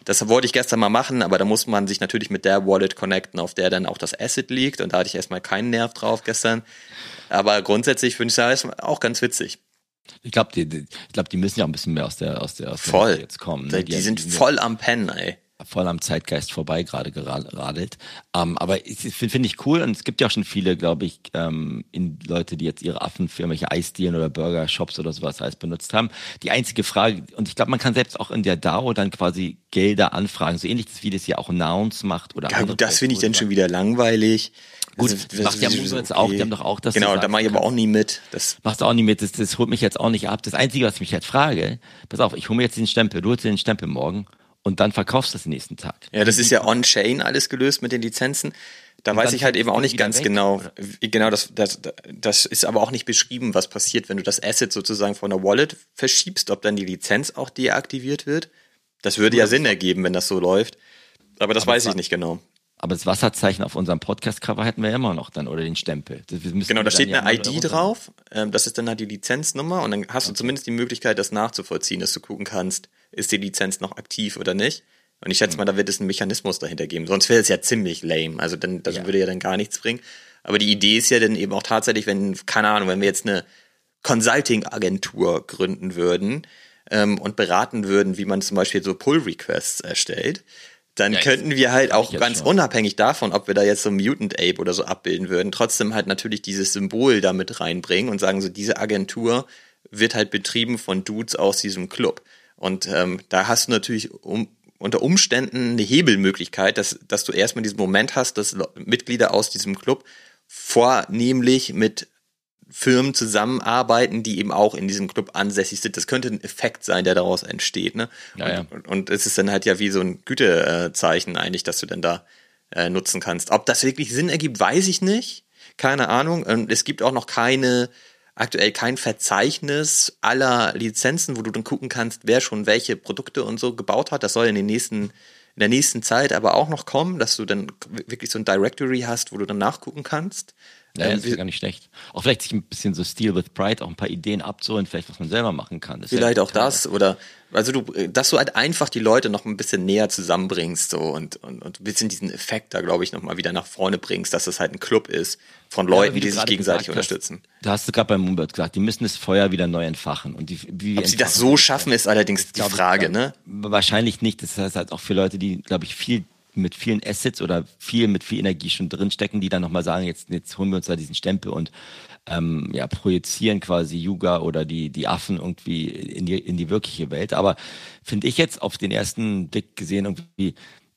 Das wollte ich gestern mal machen, aber da muss man sich natürlich mit der Wallet connecten, auf der dann auch das Asset liegt. Und da hatte ich erstmal keinen Nerv drauf gestern. Aber grundsätzlich finde ich das auch ganz witzig. Ich glaube, die, die, ich glaub, die müssen ja auch ein bisschen mehr aus der aus der aus der voll. Mitte jetzt kommen. Ne? Die, die, die sind voll am Pennen, ey. Voll am Zeitgeist vorbei gerade geradelt. Um, aber finde find ich cool, und es gibt ja auch schon viele, glaube ich, ähm, in Leute, die jetzt ihre Affen für irgendwelche Eisdielen oder Burger-Shops oder sowas alles benutzt haben. Die einzige Frage, und ich glaube, man kann selbst auch in der DAO dann quasi Gelder anfragen, so ähnlich wie das ja auch Nouns macht. Oder ja gut, das finde ich dann schon wieder langweilig. Gut, also, das macht ja Movements okay. auch, die haben doch auch das. Genau, da mache ich aber auch nie mit. Das machst du auch nie mit, das, das holt mich jetzt auch nicht ab. Das Einzige, was ich mich jetzt frage, pass auf, ich hole mir jetzt den Stempel, du holst dir den Stempel morgen und dann verkaufst du es den nächsten Tag. Ja, das ist ja on-chain alles gelöst mit den Lizenzen. Da und weiß ich halt eben auch nicht ganz weg, genau. Oder? Genau, das, das, das ist aber auch nicht beschrieben, was passiert, wenn du das Asset sozusagen von der Wallet verschiebst, ob dann die Lizenz auch deaktiviert wird. Das würde ja Sinn ergeben, wenn das so läuft. Aber das aber weiß ich nicht genau. Aber das Wasserzeichen auf unserem Podcast-Cover hätten wir ja immer noch dann, oder den Stempel. Genau, da steht eine I D drauf, das ist dann halt die Lizenznummer und dann hast du zumindest die Möglichkeit, das nachzuvollziehen, dass du gucken kannst, ist die Lizenz noch aktiv oder nicht. Und ich schätze mal, da wird es einen Mechanismus dahinter geben, sonst wäre es ja ziemlich lame, also dann, das ja. würde ja dann gar nichts bringen. Aber die Idee ist ja dann eben auch tatsächlich, wenn, keine Ahnung, wenn wir jetzt eine Consulting-Agentur gründen würden ähm, und beraten würden, wie man zum Beispiel so Pull-Requests erstellt, dann ja, könnten wir halt auch ganz schon. unabhängig davon, ob wir da jetzt so ein Mutant Ape oder so abbilden würden, trotzdem halt natürlich dieses Symbol da mit reinbringen und sagen so, diese Agentur wird halt betrieben von Dudes aus diesem Club. Und ähm, da hast du natürlich um, unter Umständen eine Hebelmöglichkeit, dass, dass du erstmal diesen Moment hast, dass Mitglieder aus diesem Club vornehmlich mit Firmen zusammenarbeiten, die eben auch in diesem Club ansässig sind. Das könnte ein Effekt sein, der daraus entsteht. Ne? Ja, ja. Und, und es ist dann halt ja wie so ein Gütezeichen eigentlich, dass du dann da äh, nutzen kannst. Ob das wirklich Sinn ergibt, weiß ich nicht. Keine Ahnung. Und es gibt auch noch keine, aktuell kein Verzeichnis aller Lizenzen, wo du dann gucken kannst, wer schon welche Produkte und so gebaut hat. Das soll in den nächsten in der nächsten Zeit aber auch noch kommen, dass du dann wirklich so ein Directory hast, wo du dann nachgucken kannst. Ja, das ist gar nicht schlecht. Auch vielleicht sich ein bisschen so Steal with Pride, auch ein paar Ideen abzuholen, vielleicht was man selber machen kann. Das vielleicht auch das, oder also du, dass du halt einfach die Leute noch ein bisschen näher zusammenbringst so und, und, und ein bisschen diesen Effekt da, glaube ich, nochmal wieder nach vorne bringst, dass das halt ein Club ist von Leuten, ja, die sich gegenseitig unterstützen. Da hast du gerade beim Moonbird gesagt, die müssen das Feuer wieder neu entfachen. Und die, wie Ob sie das so schaffen, ist allerdings die Frage, ne? Wahrscheinlich nicht. Das heißt halt auch für Leute, die, glaube ich, viel mit vielen Assets oder viel mit viel Energie schon drinstecken, die dann nochmal sagen, jetzt, jetzt holen wir uns da diesen Stempel und ähm, ja, projizieren quasi Yuga oder die, die Affen irgendwie in die, in die wirkliche Welt. Aber finde ich jetzt auf den ersten Blick gesehen irgendwie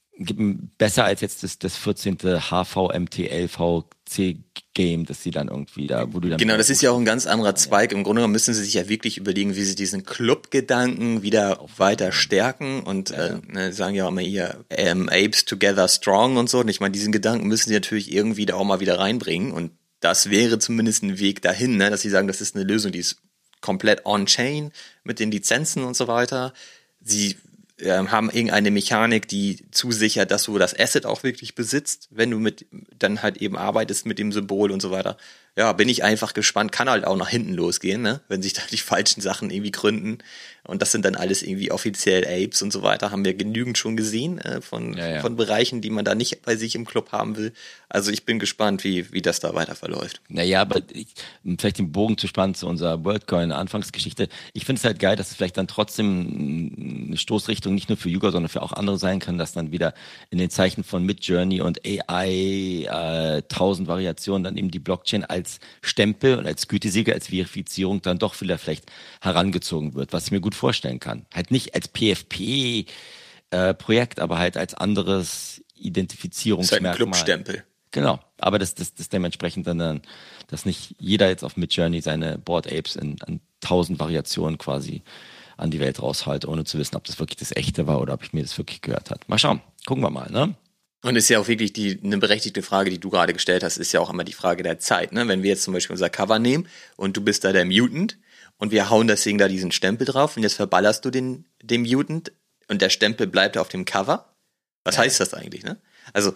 besser als jetzt das, das vierzehnte H V M T L V C Game, das sie dann irgendwie da, wo du dann... Genau, das ist ja auch ein ganz anderer Zweig. Im Grunde genommen müssen sie sich ja wirklich überlegen, wie sie diesen Club-Gedanken wieder weiter stärken und ja. äh, ne, sagen ja auch immer hier ähm, Apes together strong und so. Und ich meine, diesen Gedanken müssen sie natürlich irgendwie da auch mal wieder reinbringen und das wäre zumindest ein Weg dahin, ne, dass sie sagen, das ist eine Lösung, die ist komplett on-chain mit den Lizenzen und so weiter. Sie haben irgendeine Mechanik, die zusichert, dass du das Asset auch wirklich besitzt, wenn du mit dann halt eben arbeitest mit dem Symbol und so weiter. Ja, bin ich einfach gespannt. Kann halt auch nach hinten losgehen, ne? Wenn sich da die falschen Sachen irgendwie gründen. Und das sind dann alles irgendwie offiziell Apes und so weiter. Haben wir genügend schon gesehen äh, von, ja, ja. von Bereichen, die man da nicht bei sich im Club haben will. Also ich bin gespannt, wie, wie das da weiter verläuft. Naja, aber ich, vielleicht den Bogen zu spannen zu unserer WorldCoin-Anfangsgeschichte. Ich finde es halt geil, dass es vielleicht dann trotzdem eine Stoßrichtung nicht nur für Yuga, sondern für auch andere sein kann, dass dann wieder in den Zeichen von Midjourney und A I äh, tausend Variationen dann eben die Blockchain als Stempel und als Gütesiegel, als Verifizierung dann doch wieder vielleicht herangezogen wird, was ich mir gut vorstellen kann. Halt nicht als P F P-Projekt, äh, aber halt als anderes Identifizierungsmerkmal. Das ist halt ein Clubstempel. Genau, aber das, das, das dementsprechend dann, dann, dass nicht jeder jetzt auf Midjourney seine Bored Apes in, in tausend Variationen quasi an die Welt raushalte, ohne zu wissen, ob das wirklich das Echte war oder ob ich mir das wirklich gehört hat. Mal schauen, gucken wir mal, ne? Und ist ja auch wirklich die eine berechtigte Frage, die du gerade gestellt hast, ist ja auch immer die Frage der Zeit, ne? Wenn wir jetzt zum Beispiel unser Cover nehmen und du bist da der Mutant und wir hauen deswegen da diesen Stempel drauf und jetzt verballerst du den, den Mutant und der Stempel bleibt auf dem Cover. Was ja. heißt das eigentlich, ne? Also,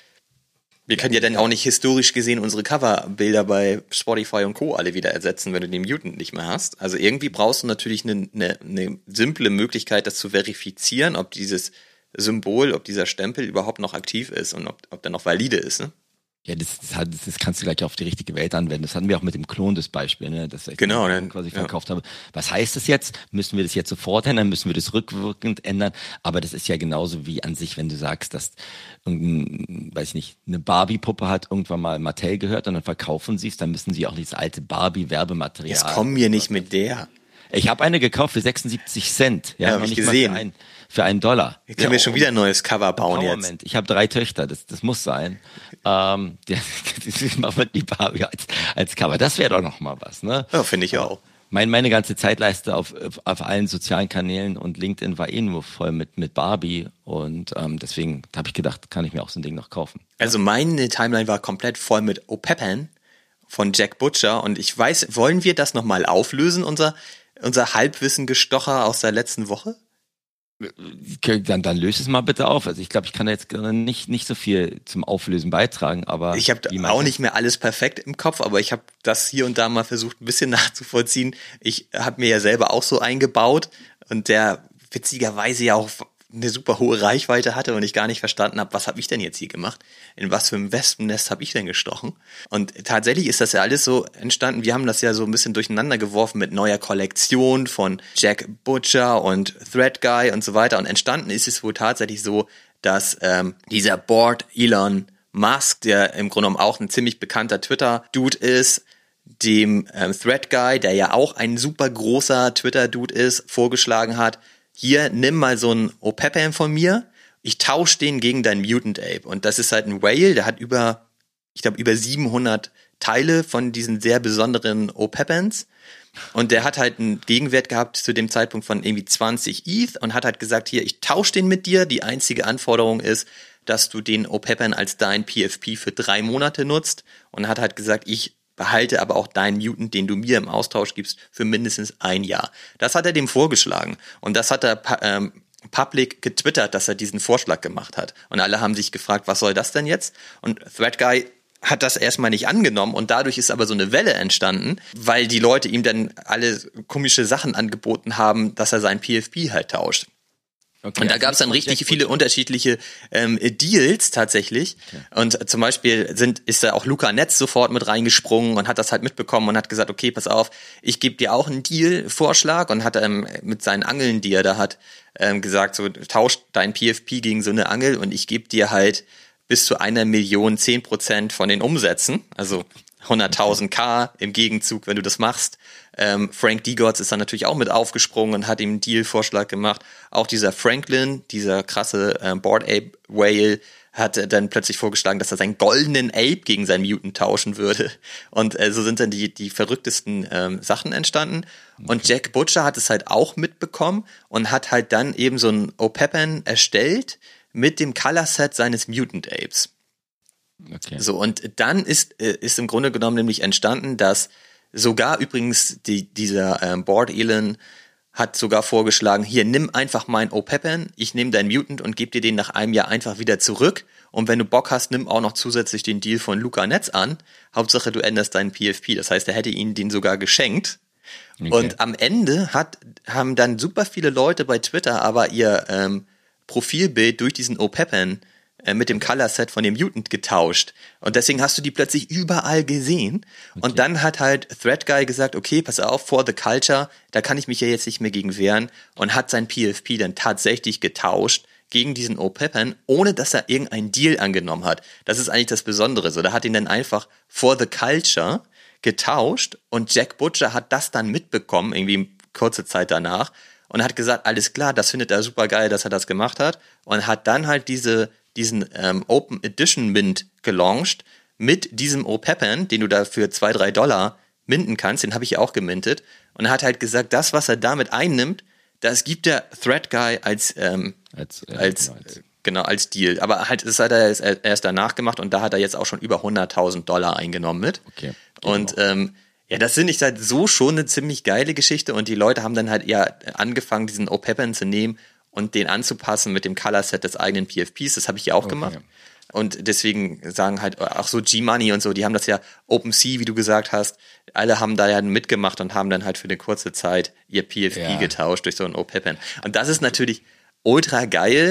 wir können ja dann auch nicht historisch gesehen unsere Coverbilder bei Spotify und Co. alle wieder ersetzen, wenn du den Mutant nicht mehr hast. Also irgendwie brauchst du natürlich eine, eine, eine simple Möglichkeit, das zu verifizieren, ob dieses Symbol, ob dieser Stempel überhaupt noch aktiv ist und ob, ob der noch valide ist, ne? Ja, das, das, hat, das kannst du gleich auf die richtige Welt anwenden. Das hatten wir auch mit dem Klon, das Beispiel, ne, das ich genau, dann quasi ja. verkauft habe. Was heißt das jetzt? Müssen wir das jetzt sofort ändern? Müssen wir das rückwirkend ändern? Aber das ist ja genauso wie an sich, wenn du sagst, dass irgendein, weiß ich nicht, eine Barbie-Puppe hat irgendwann mal Mattel gehört und dann verkaufen sie es, dann müssen sie auch nicht das alte Barbie-Werbematerial. Jetzt kommen wir nicht mit der. Ich habe eine gekauft für sechsundsiebzig Cent. Ja, ja habe ich gesehen. Für, ein, für einen Dollar. Jetzt können ja, wir schon wieder ein neues Cover bauen jetzt. Ich habe drei Töchter, das, das muss sein. Ähm, die, die machen die Barbie als, als Cover. Das wäre doch noch mal was, ne? Ja, finde ich auch. Mein, meine ganze Zeitleiste auf, auf allen sozialen Kanälen und LinkedIn war eh nur voll mit, mit Barbie und ähm, deswegen habe ich gedacht, kann ich mir auch so ein Ding noch kaufen. Also meine Timeline war komplett voll mit O'Peppen von Jack Butcher und ich weiß, wollen wir das nochmal auflösen, unser Unser Halbwissen-Gestocher aus der letzten Woche? Dann, dann löse es mal bitte auf. Also ich glaube, ich kann da jetzt nicht, nicht so viel zum Auflösen beitragen, aber... Ich habe auch nicht mehr alles perfekt im Kopf, aber ich habe das hier und da mal versucht, ein bisschen nachzuvollziehen. Ich habe mir ja selber auch so eingebaut und der witzigerweise ja auch eine super hohe Reichweite hatte und ich gar nicht verstanden habe, was habe ich denn jetzt hier gemacht? In was für ein Wespennest habe ich denn gestochen? Und tatsächlich ist das ja alles so entstanden, wir haben das ja so ein bisschen durcheinander geworfen mit neuer Kollektion von Jack Butcher und Thread Guy und so weiter und entstanden ist es wohl tatsächlich so, dass ähm, dieser Board Elon Musk, der im Grunde genommen auch ein ziemlich bekannter Twitter-Dude ist, dem ähm, Thread Guy, der ja auch ein super großer Twitter-Dude ist, vorgeschlagen hat, hier, nimm mal so einen O'Peppen von mir, ich tausche den gegen deinen Mutant Ape. Und das ist halt ein Whale, der hat über, ich glaube, über siebenhundert Teile von diesen sehr besonderen O'Peppens. Und der hat halt einen Gegenwert gehabt zu dem Zeitpunkt von irgendwie zwanzig E T H und hat halt gesagt, hier, ich tausche den mit dir. Die einzige Anforderung ist, dass du den O'Peppen als dein P F P für drei Monate nutzt. Und hat halt gesagt, ich behalte aber auch deinen Mutant, den du mir im Austausch gibst, für mindestens ein Jahr. Das hat er dem vorgeschlagen. Und das hat er ähm, public getwittert, dass er diesen Vorschlag gemacht hat. Und alle haben sich gefragt, was soll das denn jetzt? Und Thread Guy hat das erstmal nicht angenommen und dadurch ist aber so eine Welle entstanden, weil die Leute ihm dann alle komische Sachen angeboten haben, dass er sein P F P halt tauscht. Okay, und da gab es dann richtig viele unterschiedliche ähm, Deals tatsächlich. Okay. Und zum Beispiel sind ist da auch Luca Netz sofort mit reingesprungen und hat das halt mitbekommen und hat gesagt, okay, pass auf, ich gebe dir auch einen Deal-Vorschlag und hat ähm, mit seinen Angeln, die er da hat, ähm, gesagt, so tausch dein P F P gegen so eine Angel und ich gebe dir halt bis zu einer Million zehn Prozent von den Umsätzen, also hunderttausend K im Gegenzug, wenn du das machst. Ähm, Frank Diegotz ist dann natürlich auch mit aufgesprungen und hat ihm einen Deal-Vorschlag gemacht. Auch dieser Franklin, dieser krasse äh, Bored Ape Whale, hat äh, dann plötzlich vorgeschlagen, dass er seinen goldenen Ape gegen seinen Mutant tauschen würde. Und äh, so sind dann die, die verrücktesten ähm, Sachen entstanden. Okay. Und Jack Butcher hat es halt auch mitbekommen und hat halt dann eben so einen O'Peppen erstellt mit dem Color-Set seines Mutant Apes. Okay. So, und dann ist, ist im Grunde genommen nämlich entstanden, dass sogar übrigens die, dieser ähm, Bored Elon hat sogar vorgeschlagen, hier, nimm einfach meinen O'Peppen, ich nehme deinen Mutant und gebe dir den nach einem Jahr einfach wieder zurück. Und wenn du Bock hast, nimm auch noch zusätzlich den Deal von Luca Netz an. Hauptsache, du änderst deinen P F P. Das heißt, er hätte ihnen den sogar geschenkt. Okay. Und am Ende hat, haben dann super viele Leute bei Twitter aber ihr ähm, Profilbild durch diesen O'Peppen äh, mit dem Color-Set von dem Mutant getauscht. Und deswegen hast du die plötzlich überall gesehen. Okay. Und dann hat halt Thread Guy gesagt, okay, pass auf, for the culture, da kann ich mich ja jetzt nicht mehr gegen wehren. Und hat sein P F P dann tatsächlich getauscht gegen diesen O'Peppen, ohne dass er irgendeinen Deal angenommen hat. Das ist eigentlich das Besondere. So, da hat ihn dann einfach for the culture getauscht und Jack Butcher hat das dann mitbekommen, irgendwie kurze Zeit danach, und hat gesagt, alles klar, das findet er super geil, dass er das gemacht hat, und hat dann halt diese, diesen ähm, Open Edition Mint gelauncht mit diesem O'Peppen, den du da für zwei, drei Dollar minten kannst, den habe ich ja auch gemintet, und hat halt gesagt, das, was er damit einnimmt, das gibt der Thread Guy als, ähm, als, äh, als, genau, als, genau, als Deal. Aber halt, das hat er erst danach gemacht, und da hat er jetzt auch schon über hunderttausend Dollar eingenommen mit. Okay. Genau. Und ähm, ja, das finde ich halt so schon eine ziemlich geile Geschichte, und die Leute haben dann halt eher angefangen, diesen O'Peppen zu nehmen und den anzupassen mit dem Color-Set des eigenen P F Ps. Das habe ich ja auch okay. gemacht. Und deswegen sagen halt auch so G-Money und so, die haben das ja OpenSea, wie du gesagt hast, alle haben da ja mitgemacht und haben dann halt für eine kurze Zeit ihr P F P ja. getauscht durch so einen O'Peppen. Und das ist natürlich ultra geil,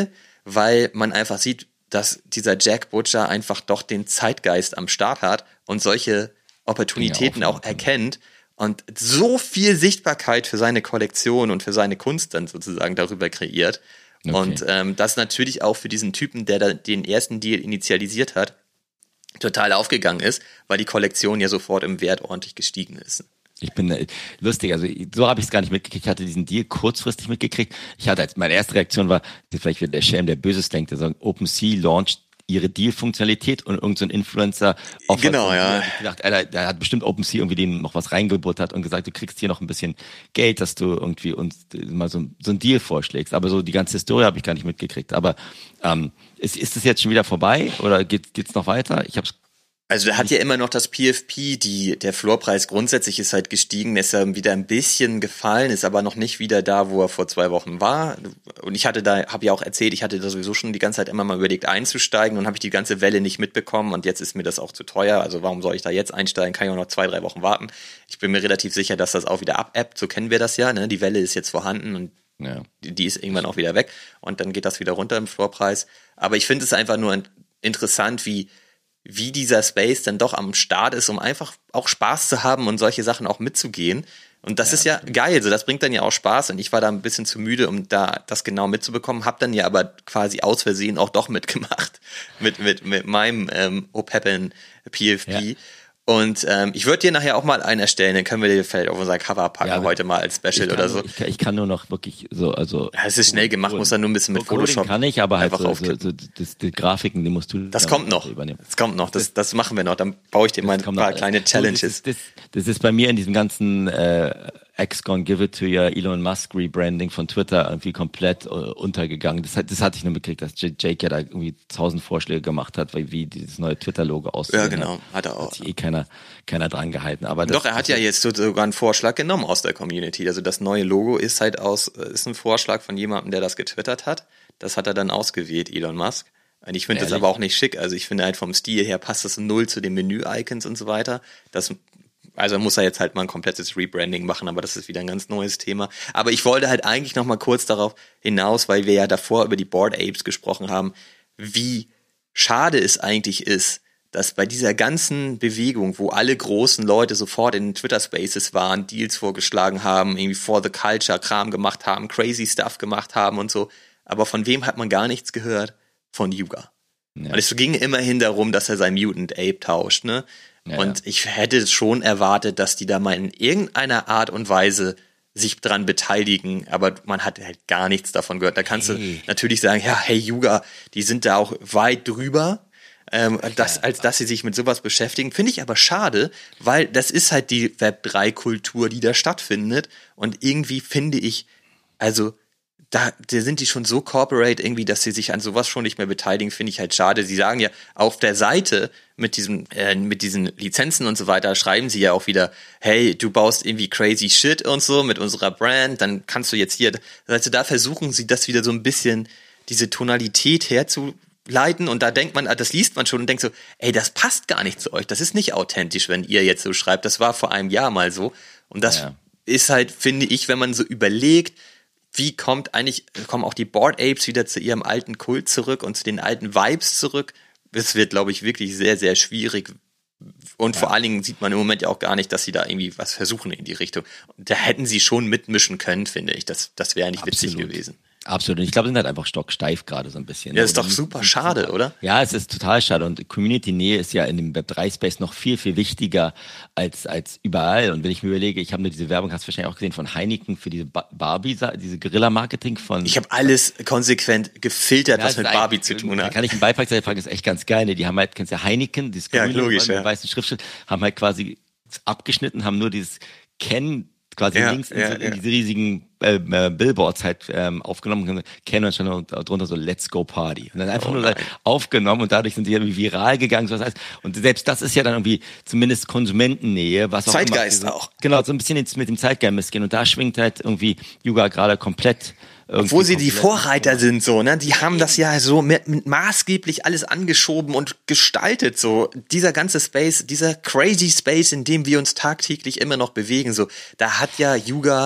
weil man einfach sieht, dass dieser Jack Butcher einfach doch den Zeitgeist am Start hat und solche Opportunitäten auch erkennt und so viel Sichtbarkeit für seine Kollektion und für seine Kunst dann sozusagen darüber kreiert. Okay. Und ähm, das natürlich auch für diesen Typen, der da den ersten Deal initialisiert hat, total aufgegangen ist, weil die Kollektion ja sofort im Wert ordentlich gestiegen ist. Ich bin äh, lustig, also so habe ich es gar nicht mitgekriegt. Ich hatte diesen Deal kurzfristig mitgekriegt. Ich hatte als meine erste Reaktion war, vielleicht wird der Schelm, der Böses denkt, der sagt, OpenSea launcht ihre Deal-Funktionalität und irgend so ein Influencer offert. Genau, ja. Ich gedacht, Alter, da hat bestimmt OpenSea irgendwie denen noch was reingebuttert und gesagt, du kriegst hier noch ein bisschen Geld, dass du irgendwie uns mal so, so ein Deal vorschlägst. Aber so die ganze Historie habe ich gar nicht mitgekriegt. Aber ähm, ist, ist das jetzt schon wieder vorbei oder geht geht's noch weiter? Ich habe es Also der hat ja immer noch das P F P, die, der Floorpreis grundsätzlich ist halt gestiegen, ist ja wieder ein bisschen gefallen, ist aber noch nicht wieder da, wo er vor zwei Wochen war. Und ich hatte da, habe ja auch erzählt, ich hatte da sowieso schon die ganze Zeit immer mal überlegt einzusteigen und habe ich die ganze Welle nicht mitbekommen und jetzt ist mir das auch zu teuer. Also warum soll ich da jetzt einsteigen? Kann ich auch noch zwei, drei Wochen warten. Ich bin mir relativ sicher, dass das auch wieder abebbt, so kennen wir das ja, ne? Die Welle ist jetzt vorhanden und ja. die, die ist irgendwann auch wieder weg und dann geht das wieder runter im Floorpreis. Aber ich finde es einfach nur interessant, wie wie dieser Space dann doch am Start ist, um einfach auch Spaß zu haben und solche Sachen auch mitzugehen. Und das ja, ist ja geil, so das bringt dann ja auch Spaß. Und ich war da ein bisschen zu müde, um da das genau mitzubekommen, hab dann ja aber quasi aus Versehen auch doch mitgemacht mit mit mit meinem ähm, O'Peppen P F P. Ja. Und ähm, ich würde dir nachher auch mal einen erstellen, dann können wir dir vielleicht auf unser Cover packen, ja, heute mal als Special kann, oder so. Ich kann, ich kann nur noch wirklich so, also. Ja, es ist schnell gemacht, muss dann nur ein bisschen mit Photoshop. Kann ich, aber halt einfach so, so, so das, die Grafiken, die musst du. Das kommt noch. Übernehmen. Das kommt noch. Das, das machen wir noch. Dann baue ich dir mal ein paar noch. kleine Challenges. Das ist, das, das ist bei mir in diesem ganzen äh, X-Gon Give It to Your Elon Musk Rebranding von Twitter irgendwie komplett äh, untergegangen. Das, das hatte ich nur mitgekriegt, dass Jake ja da irgendwie tausend Vorschläge gemacht hat, weil wie dieses neue Twitter-Logo aussieht. Ja, genau. Hat er auch. Hat sich eh keiner, keiner dran gehalten. Aber das, Doch, er hat ja jetzt sogar einen Vorschlag genommen aus der Community. Also das neue Logo ist halt aus, ist ein Vorschlag von jemandem, der das getwittert hat. Das hat er dann ausgewählt, Elon Musk. Und ich finde das aber auch nicht schick. Also ich finde halt vom Stil her passt das null zu den Menü-Icons und so weiter. Das Also muss er jetzt halt mal ein komplettes Rebranding machen, aber das ist wieder ein ganz neues Thema. Aber ich wollte halt eigentlich noch mal kurz darauf hinaus, weil wir ja davor über die Bored Apes gesprochen haben, wie schade es eigentlich ist, dass bei dieser ganzen Bewegung, wo alle großen Leute sofort in den Twitter-Spaces waren, Deals vorgeschlagen haben, irgendwie for the culture Kram gemacht haben, crazy Stuff gemacht haben und so, aber von wem hat man gar nichts gehört? Von Yuga. Ja. Und es ging immerhin darum, dass er sein Mutant Ape tauscht, ne? Ja, und ich hätte schon erwartet, dass die da mal in irgendeiner Art und Weise sich dran beteiligen, aber man hat halt gar nichts davon gehört. Da kannst hey. du natürlich sagen, ja, hey Yuga, die sind da auch weit drüber, ähm, das, als dass sie sich mit sowas beschäftigen. Finde ich aber schade, weil das ist halt die Web drei Kultur, die da stattfindet und irgendwie finde ich, also Da, da sind die schon so corporate irgendwie, dass sie sich an sowas schon nicht mehr beteiligen, finde ich halt schade. Sie sagen ja auf der Seite mit diesem, äh, mit diesen Lizenzen und so weiter, schreiben sie ja auch wieder, hey, du baust irgendwie crazy shit und so mit unserer Brand, dann kannst du jetzt hier, also da versuchen sie das wieder so ein bisschen, diese Tonalität herzuleiten und da denkt man, das liest man schon und denkt so, ey, das passt gar nicht zu euch, das ist nicht authentisch, wenn ihr jetzt so schreibt, das war vor einem Jahr mal so und das ja. ist halt, finde ich, wenn man so überlegt, wie kommt eigentlich, kommen auch die Bored Apes wieder zu ihrem alten Kult zurück und zu den alten Vibes zurück? Es wird, glaube ich, wirklich sehr, sehr schwierig. Und ja. vor allen Dingen sieht man im Moment ja auch gar nicht, dass sie da irgendwie was versuchen in die Richtung. Da hätten sie schon mitmischen können, finde ich. Das, das wäre nicht Absolut. witzig gewesen. Absolut. Und ich glaube, sind halt einfach stocksteif gerade so ein bisschen. Ja, das ist doch super schade, oder? Ja, es ist total schade. Und Community-Nähe ist ja in dem Web drei Space noch viel, viel wichtiger als, als überall. Und wenn ich mir überlege, ich habe nur diese Werbung, hast du wahrscheinlich auch gesehen, von Heineken für diese Barbie, diese Guerilla-Marketing von... Ich habe alles konsequent gefiltert, ja, was mit Barbie zu tun hat. Da kann ich einen Beitrag sagen, das ist echt ganz geil. Die haben halt, kennst du ja Heineken, dieses ja, grüne, logisch, mit ja. weißen Schriftschild, haben halt quasi abgeschnitten, haben nur dieses Ken quasi ja, links in, ja, so, in ja. diese riesigen äh, äh, Billboards halt ähm, aufgenommen, kennen und schon drunter so Let's Go Party. Und dann einfach oh nur nein. aufgenommen und dadurch sind die irgendwie viral gegangen. So was heißt. Und selbst das ist ja dann irgendwie zumindest Konsumentennähe. Was auch Zeitgeist immer, auch. Genau, so ein bisschen jetzt mit dem Zeitgeist gehen. Und da schwingt halt irgendwie Yuga gerade komplett... Obwohl sie die Vorreiter sind, so, ne? Die haben das ja so mit, mit maßgeblich alles angeschoben und gestaltet, so. Dieser ganze Space, dieser crazy Space, in dem wir uns tagtäglich immer noch bewegen, so. Da hat ja Yuga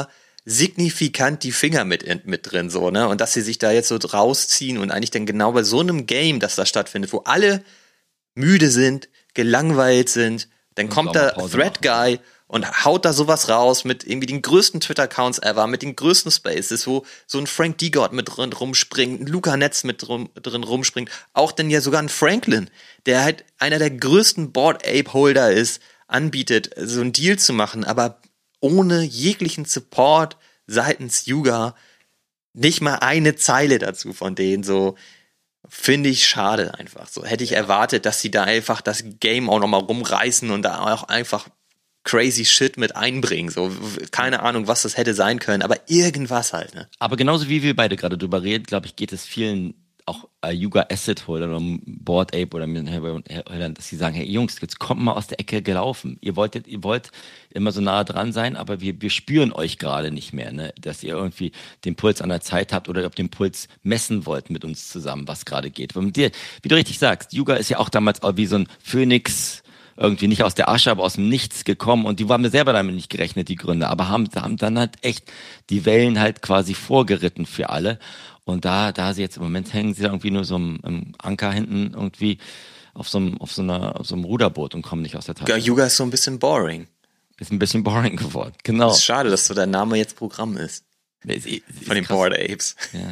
signifikant die Finger mit, mit drin, so, ne? Und dass sie sich da jetzt so rausziehen und eigentlich dann genau bei so einem Game, das da stattfindet, wo alle müde sind, gelangweilt sind, dann und kommt da Thread Guy und haut da sowas raus mit irgendwie den größten Twitter-Accounts ever, mit den größten Spaces, wo so ein Frank Digott mit drin rumspringt, ein Luca Netz mit drin, drin rumspringt, auch dann ja sogar ein Franklin, der halt einer der größten Bored-Ape-Holder ist, anbietet, so einen Deal zu machen, aber ohne jeglichen Support seitens Yuga, nicht mal eine Zeile dazu von denen, so, finde ich schade einfach. So hätte ich ja. erwartet, dass sie da einfach das Game auch nochmal rumreißen und da auch einfach crazy shit mit einbringen. So, keine Ahnung, was das hätte sein können, aber irgendwas halt, ne? Aber genauso wie wir beide gerade drüber reden, glaube ich, geht es vielen auch äh, Yuga Asset Holder oder Bored Ape oder Holdern, dass sie sagen, hey Jungs, jetzt kommt mal aus der Ecke gelaufen. Ihr wolltet, ihr wollt immer so nah dran sein, aber wir, wir spüren euch gerade nicht mehr, ne? Dass ihr irgendwie den Puls an der Zeit habt oder ob den Puls messen wollt mit uns zusammen, was gerade geht. Weil mit dir, wie du richtig sagst, Yuga ist ja auch damals auch wie so ein Phönix, irgendwie nicht aus der Asche, aber aus dem Nichts gekommen und die haben mir selber damit nicht gerechnet, die Gründe, aber haben, haben dann halt echt die Wellen halt quasi vorgeritten für alle und da, da sie jetzt im Moment hängen sie irgendwie nur so im, im Anker hinten irgendwie auf so einem, auf so einer, auf so einem Ruderboot und kommen nicht aus der Tasche. Ja, Yuga ist so ein bisschen boring. Ist ein bisschen boring geworden, genau. Es ist schade, dass so dein Name jetzt Programm ist. ist, ist Von den Bored Apes. Ja.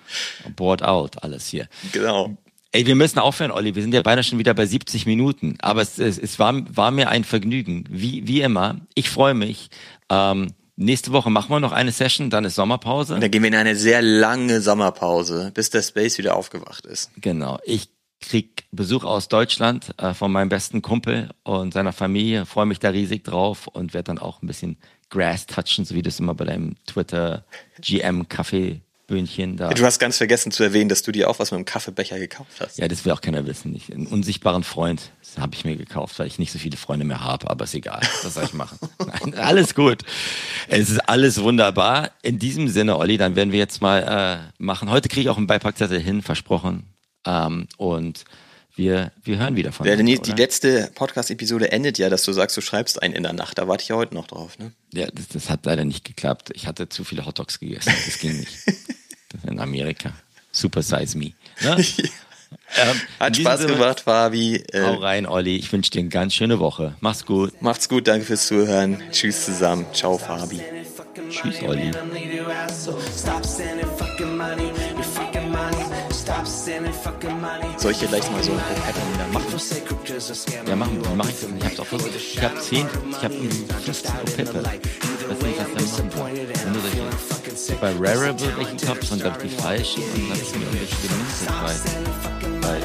Bored out, alles hier. Genau. Ey, wir müssen aufhören, Olli. Wir sind ja beinahe schon wieder bei siebzig Minuten. Aber es, es, es war, war mir ein Vergnügen. Wie, wie immer. Ich freue mich. Ähm, nächste Woche machen wir noch eine Session, dann ist Sommerpause. Und dann gehen wir in eine sehr lange Sommerpause, bis der Space wieder aufgewacht ist. Genau. Ich krieg Besuch aus Deutschland äh, von meinem besten Kumpel und seiner Familie. Freue mich da riesig drauf und werde dann auch ein bisschen Grass touchen, so wie du es immer bei deinem Twitter G M Kaffee Böhnchen da. Du hast ganz vergessen zu erwähnen, dass du dir auch was mit einem Kaffeebecher gekauft hast. Ja, das will auch keiner wissen. Ich, einen unsichtbaren Freund habe ich mir gekauft, weil ich nicht so viele Freunde mehr habe, aber ist egal. Was soll ich machen? Nein, alles gut. Es ist alles wunderbar. In diesem Sinne, Olli, dann werden wir jetzt mal äh, machen. Heute kriege ich auch einen Beipackzettel hin, versprochen. Ähm, und wir, wir hören wieder von dir. Die, die letzte Podcast-Episode endet ja, dass du sagst, du schreibst einen in der Nacht. Da warte ich ja heute noch drauf, ne? Ja, das, das hat leider nicht geklappt. Ich hatte zu viele Hotdogs gegessen. Das ging nicht. In Amerika. Super Size Me. Ne? ähm, Hat Spaß Sinne, gemacht, Fabi. Äh, hau rein, Olli. Ich wünsche dir eine ganz schöne Woche. Mach's gut. Macht's gut, danke fürs Zuhören. Tschüss zusammen. Ciao, Fabi. Tschüss, Olli. Soll ich hier gleich mal so ein Pattern wieder machen? Ja, machen wir. Mach ich ich hab's auch versucht. Ich hab zehn, ich hab fünfzehn O-Pepper. Ich weiß nicht, was da machen soll. Wenn du solche, bei Rarible welche gekauft, das waren glaube ich die falschen und dann hab ich mir irgendwelche gemünzt, weil, weil,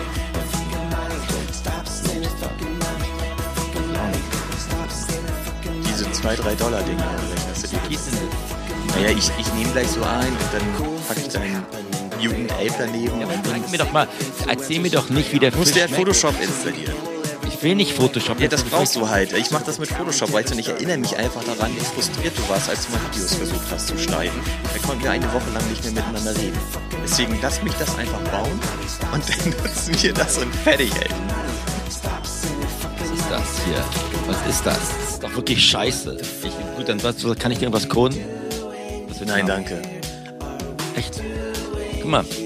diese zwei, drei Dollar Dinge, rechnest du die? Wie geht denn das? Naja, ich, ich nehme gleich so ein und dann packe ich deinen Mutant Ape daneben. Ja, bring mir doch mal, erzähl mir doch nicht, wie der Fisch musst du ja Photoshop installieren. Ich will nicht Photoshop. Ja, das brauchst du halt. Ich mach das mit Photoshop, weißt du, und ich erinnere mich einfach daran, wie frustriert du warst, als du mal Videos versucht hast zu schneiden. Da konnten wir eine Woche lang nicht mehr miteinander reden. Deswegen lass mich das einfach bauen und dann nutzen wir das und fertig, ey. Was ist das hier? Was ist das? Das ist doch wirklich scheiße. Ich, gut, dann was, kann ich dir irgendwas coden? Nein, danke. Echt? Guck mal.